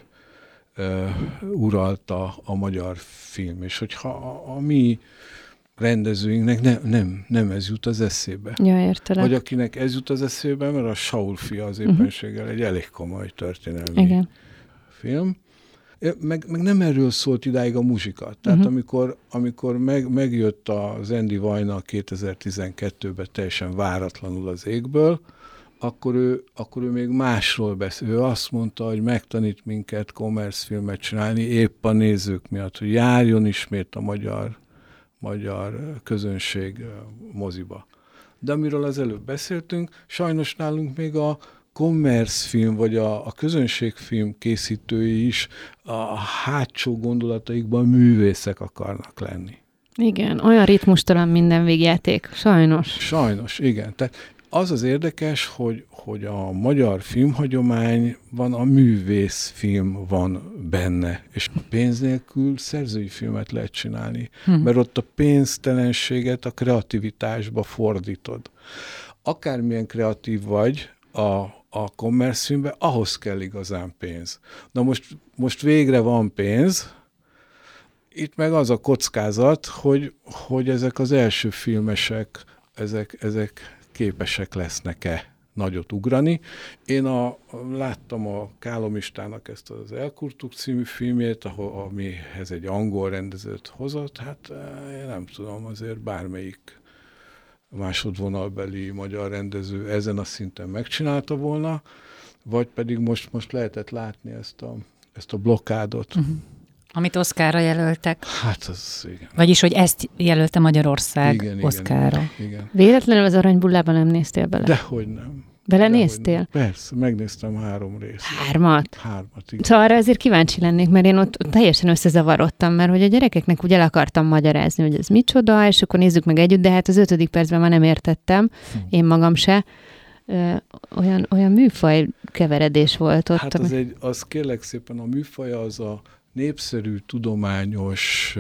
D: uralta a magyar film, és hogyha a mi rendezőinknek nem ez jut az eszébe.
C: Ja, értelek.
D: Vagy akinek ez jut az eszébe, mert a Saul fia az éppenséggel egy elég komoly történelmi film. Meg nem erről szólt idáig a muzsika. Tehát amikor megjött az Andy Vajna 2012-ben teljesen váratlanul az égből, akkor ő még másról beszél. Ő azt mondta, hogy megtanít minket kommerszfilmet csinálni épp a nézők miatt, hogy járjon ismét a magyar közönség moziba. De amiről az előbb beszéltünk, sajnos nálunk még a kommerszfilm, vagy a közönségfilm készítői is a hátsó gondolataikban művészek akarnak lenni.
C: Igen, olyan ritmustalan minden végjáték, sajnos.
D: Sajnos, igen. Tehát az érdekes, hogy a magyar filmhagyományban a művészfilm van benne, és pénz nélkül szerzői filmet lehet csinálni, mert ott a pénztelenséget a kreativitásba fordítod. Akármilyen kreatív vagy a kommerszfilmben, ahhoz kell igazán pénz. Na most végre van pénz, itt meg az a kockázat, hogy ezek az első filmesek, ezek képesek lesznek-e nagyot ugrani. Én láttam a Kálomistának ezt az Elkurtuk című filmjét, amihez egy angol rendezőt hozott, hát én nem tudom, azért bármelyik másodvonalbeli magyar rendező ezen a szinten megcsinálta volna, vagy pedig most lehetett látni ezt a blokkádot.
A: Uh-huh. Amit Oscarra jelöltek.
D: Hát az, igen.
A: Vagyis, hogy ezt jelölte Magyarország Oscarra.
D: Igen.
C: Véletlenül az Aranybullában nem néztél bele?
D: Dehogy nem.
C: Belenéztél?
D: Persze, megnéztem 3 részt.
C: 3?
D: 3, igen.
C: Szóval arra azért kíváncsi lennék, mert én ott teljesen összezavarodtam, mert hogy a gyerekeknek úgy el akartam magyarázni, hogy ez micsoda, és akkor nézzük meg együtt, de hát az 5. percben már nem értettem, én magam se. Olyan műfaj keveredés volt ott.
D: Hát az kérlek szépen, a műfaja az a népszerű, tudományos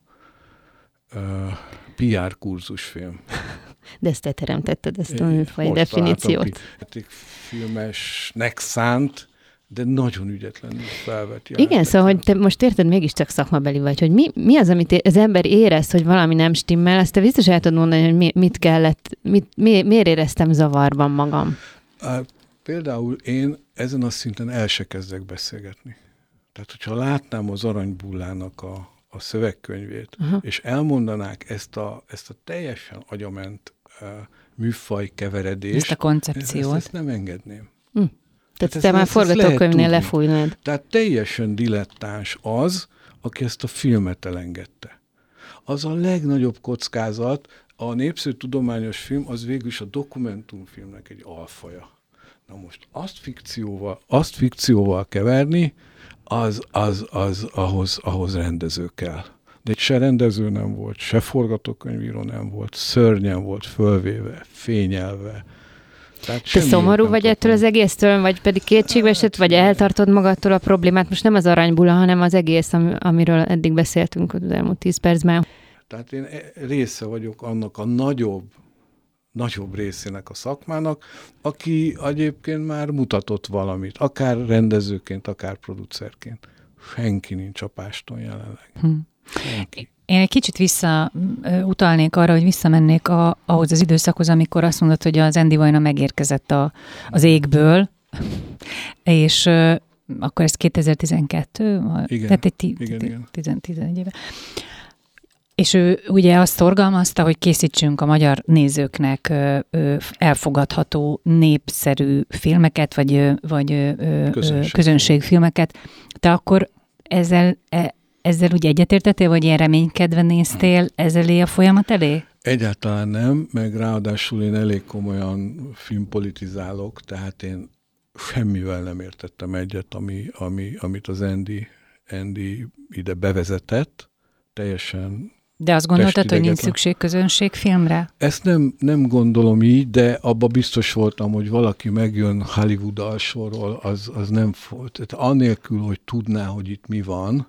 D: PR kurzusfilm.
C: De ezt te teremtetted, ezt a műfaj definíciót.
D: Filmesnek szánt, de nagyon ügyetlenül felvett.
C: Igen, szóval, hogy te most érted, mégiscsak szakmabeli vagy, hogy mi az, amit az ember érez, hogy valami nem stimmel, azt te biztos el tudod mondani, hogy mit kellett, miért éreztem zavarban magam?
D: Például én ezen a szinten el se kezdek beszélgetni. Tehát, hogyha látnám az Aranybullának a szövegkönyvét, és elmondanák ezt a teljesen agyament műfaj keveredést,
A: ezt a koncepciót.
D: Ezt nem engedném.
C: Tehát te már forgatókönyvnél lefújnád.
D: Tehát teljesen dilettáns az, aki ezt a filmet elengedte. Az a legnagyobb kockázat, a népszerű tudományos film, az végülis a dokumentumfilmnek egy alfaja. Na most azt fikcióval keverni, ahhoz rendező kell. De se rendező nem volt, se forgatókönyvíró nem volt, szörnyen volt fölvéve, fényelve.
C: Te szomorú vagy ettől az egésztől, vagy pedig kétségbe esett, vagy eltartod magadtól a problémát? Most nem az Aranybulla, hanem az egész, amiről eddig beszéltünk az elmúlt 10 percben.
D: Tehát én része vagyok annak a nagyobb részének a szakmának, aki egyébként már mutatott valamit, akár rendezőként, akár producerként. Senki nincs a páston jelenleg.
A: Én egy kicsit visszautalnék arra, hogy visszamennék ahhoz az időszakhoz, amikor azt mondod, hogy az Andy Vajna megérkezett az égből, és akkor ez 2012?
D: Igen.
A: Tehát egy 11 éve. És ő ugye azt szorgalmazta, hogy készítsünk a magyar nézőknek elfogadható, népszerű filmeket, vagy közönségfilmeket. Te akkor ezzel ugye egyetértettél, vagy ilyen reménykedve néztél ezzelé a folyamat elé?
D: Egyáltalán nem, meg ráadásul én elég komolyan filmpolitizálok, tehát én semmivel nem értettem egyet, amit az Andy ide bevezetett, teljesen.
A: De azt gondoltad, hogy nincs szükség közönségfilmre?
D: Ezt nem gondolom így, de abba biztos voltam, hogy valaki megjön Hollywood alsóról, az nem volt. Tehát anélkül, hogy tudná, hogy itt mi van,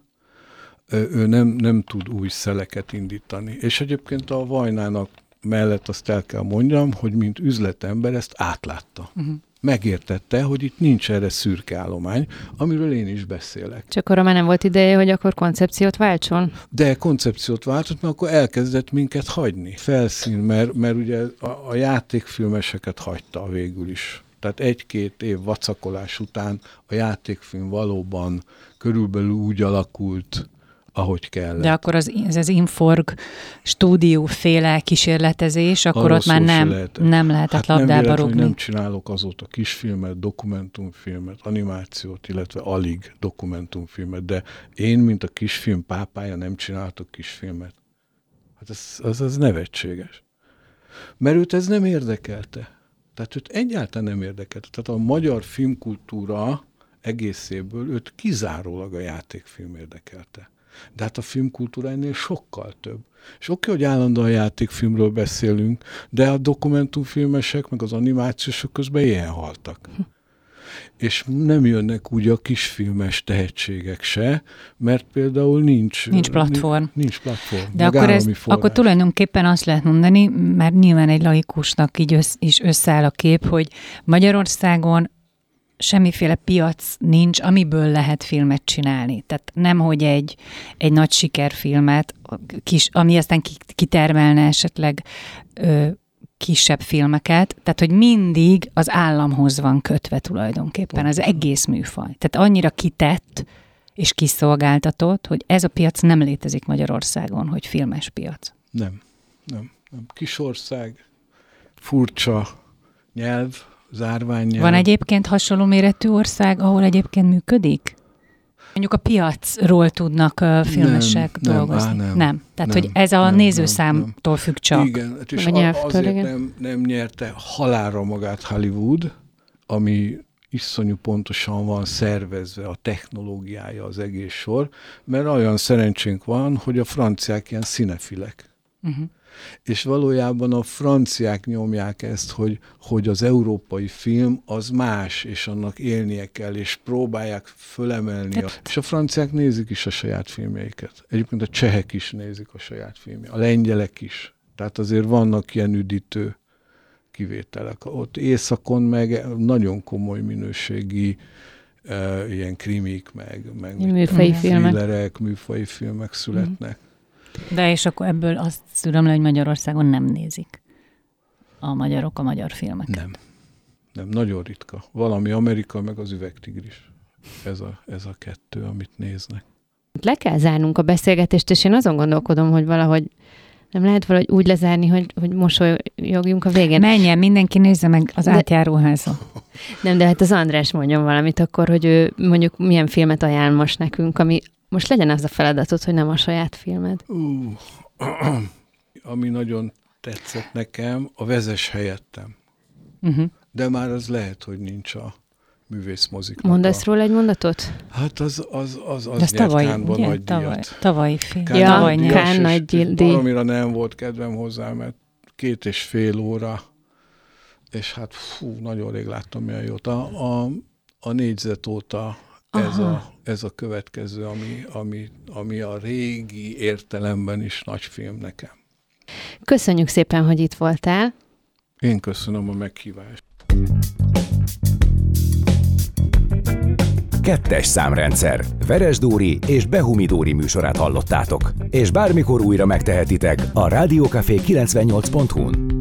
D: ő nem tud új szeleket indítani. És egyébként a Vajnának mellett azt el kell mondjam, hogy mint üzletember ezt átlátta. Megértette, hogy itt nincs erre szürke állomány, amiről én is beszélek.
C: Csak arra már nem volt ideje, hogy akkor koncepciót váltson?
D: De koncepciót váltott, mert akkor elkezdett minket hagyni. Felszín, mert ugye a játékfilmeseket hagyta végül is. Tehát 1-2 év vacakolás után a játékfilm valóban körülbelül úgy alakult, ahogy kellett.
A: De akkor ez Inforg stúdióféle kísérletezés, akkor arról ott már nem lehetett labdába rúgni.
D: Nem csinálok azóta kisfilmet, dokumentumfilmet, animációt, illetve alig dokumentumfilmet, de én, mint a kisfilm pápája nem csináltok kisfilmet. Hát az nevetséges. Mert őt ez nem érdekelte. Tehát őt egyáltalán nem érdekelte. Tehát a magyar filmkultúra egészéből őt kizárólag a játékfilm érdekelte. De hát a filmkultúra ennél sokkal több. És oké, hogy állandóan játékfilmről beszélünk, de a dokumentumfilmesek, meg az animációsok közben ilyen haltak. És nem jönnek úgy a kisfilmes tehetségek se, mert például nincs
A: platform.
D: Nincs platform.
A: De akkor tulajdonképpen azt lehet mondani, mert nyilván egy laikusnak így is összeáll a kép, hogy Magyarországon semmiféle piac nincs, amiből lehet filmet csinálni. Tehát nemhogy egy nagy sikerfilmet, ami aztán kitermelne esetleg kisebb filmeket, tehát hogy mindig az államhoz van kötve tulajdonképpen az egész műfaj. Tehát annyira kitett és kiszolgáltatott, hogy ez a piac nem létezik Magyarországon, hogy filmes piac.
D: Nem. Kis ország, furcsa nyelv, zárványnyelv.
A: Van egyébként hasonló méretű ország, ahol egyébként működik? Mondjuk a piacról tudnak filmesek dolgozni. Nem. Tehát, hogy ez a nézőszámtól függ csak.
D: Igen, és azért nem nyerte halálra magát Hollywood, ami iszonyú pontosan van szervezve a technológiája az egész sor, mert olyan szerencsénk van, hogy a franciák ilyen cinefilek. Uh-huh. És valójában a franciák nyomják ezt, hogy az európai film az más, és annak élnie kell, és próbálják fölemelni. És a franciák nézik is a saját filmjeiket. Egyébként a csehek is nézik a saját filmjeiket, a lengyelek is. Tehát azért vannak ilyen üdítő kivételek. Ott északon meg nagyon komoly minőségi ilyen krimik, meg
C: műfaji
D: filmek születnek.
A: De és akkor ebből azt tudom le, hogy Magyarországon nem nézik a magyarok a magyar filmeket.
D: Nem, nagyon ritka. Valami Amerika, meg az Üvegtigris. Ez a kettő, amit néznek.
C: Le kell zárnunk a beszélgetést, és én azon gondolkodom, hogy valahogy nem lehet valahogy úgy lezárni, hogy mosolyogjunk a végén.
A: Menjen, mindenki nézze meg az átjáróházon.
C: Nem, de hát az András mondjon valamit akkor, hogy ő mondjuk milyen filmet ajánl most nekünk, ami most legyen az a feladatot, hogy nem a saját filmed.
D: Ami nagyon tetszett nekem, a Vezess helyettem. Uh-huh. De már az lehet, hogy nincs a művészmoziknak.
C: Mondasz róla egy mondatot?
D: Hát az nyert Cannes-ban nagy díjat.
A: Tavalyi film.
C: Cannes nagy díj.
D: Valamire nem volt kedvem hozzá, mert 2,5 óra, és hát nagyon rég láttam milyen jót. A Négyzet óta ez a következő, ami a régi értelemben is nagy film nekem.
C: Köszönjük szépen, hogy itt voltál.
D: Én köszönöm a meghívást.
B: Kettes számrendszer. Veres Dóri és Behumi Dóri műsorát hallottátok. És bármikor újra megtehetitek a Rádiókafé 98.hu-n.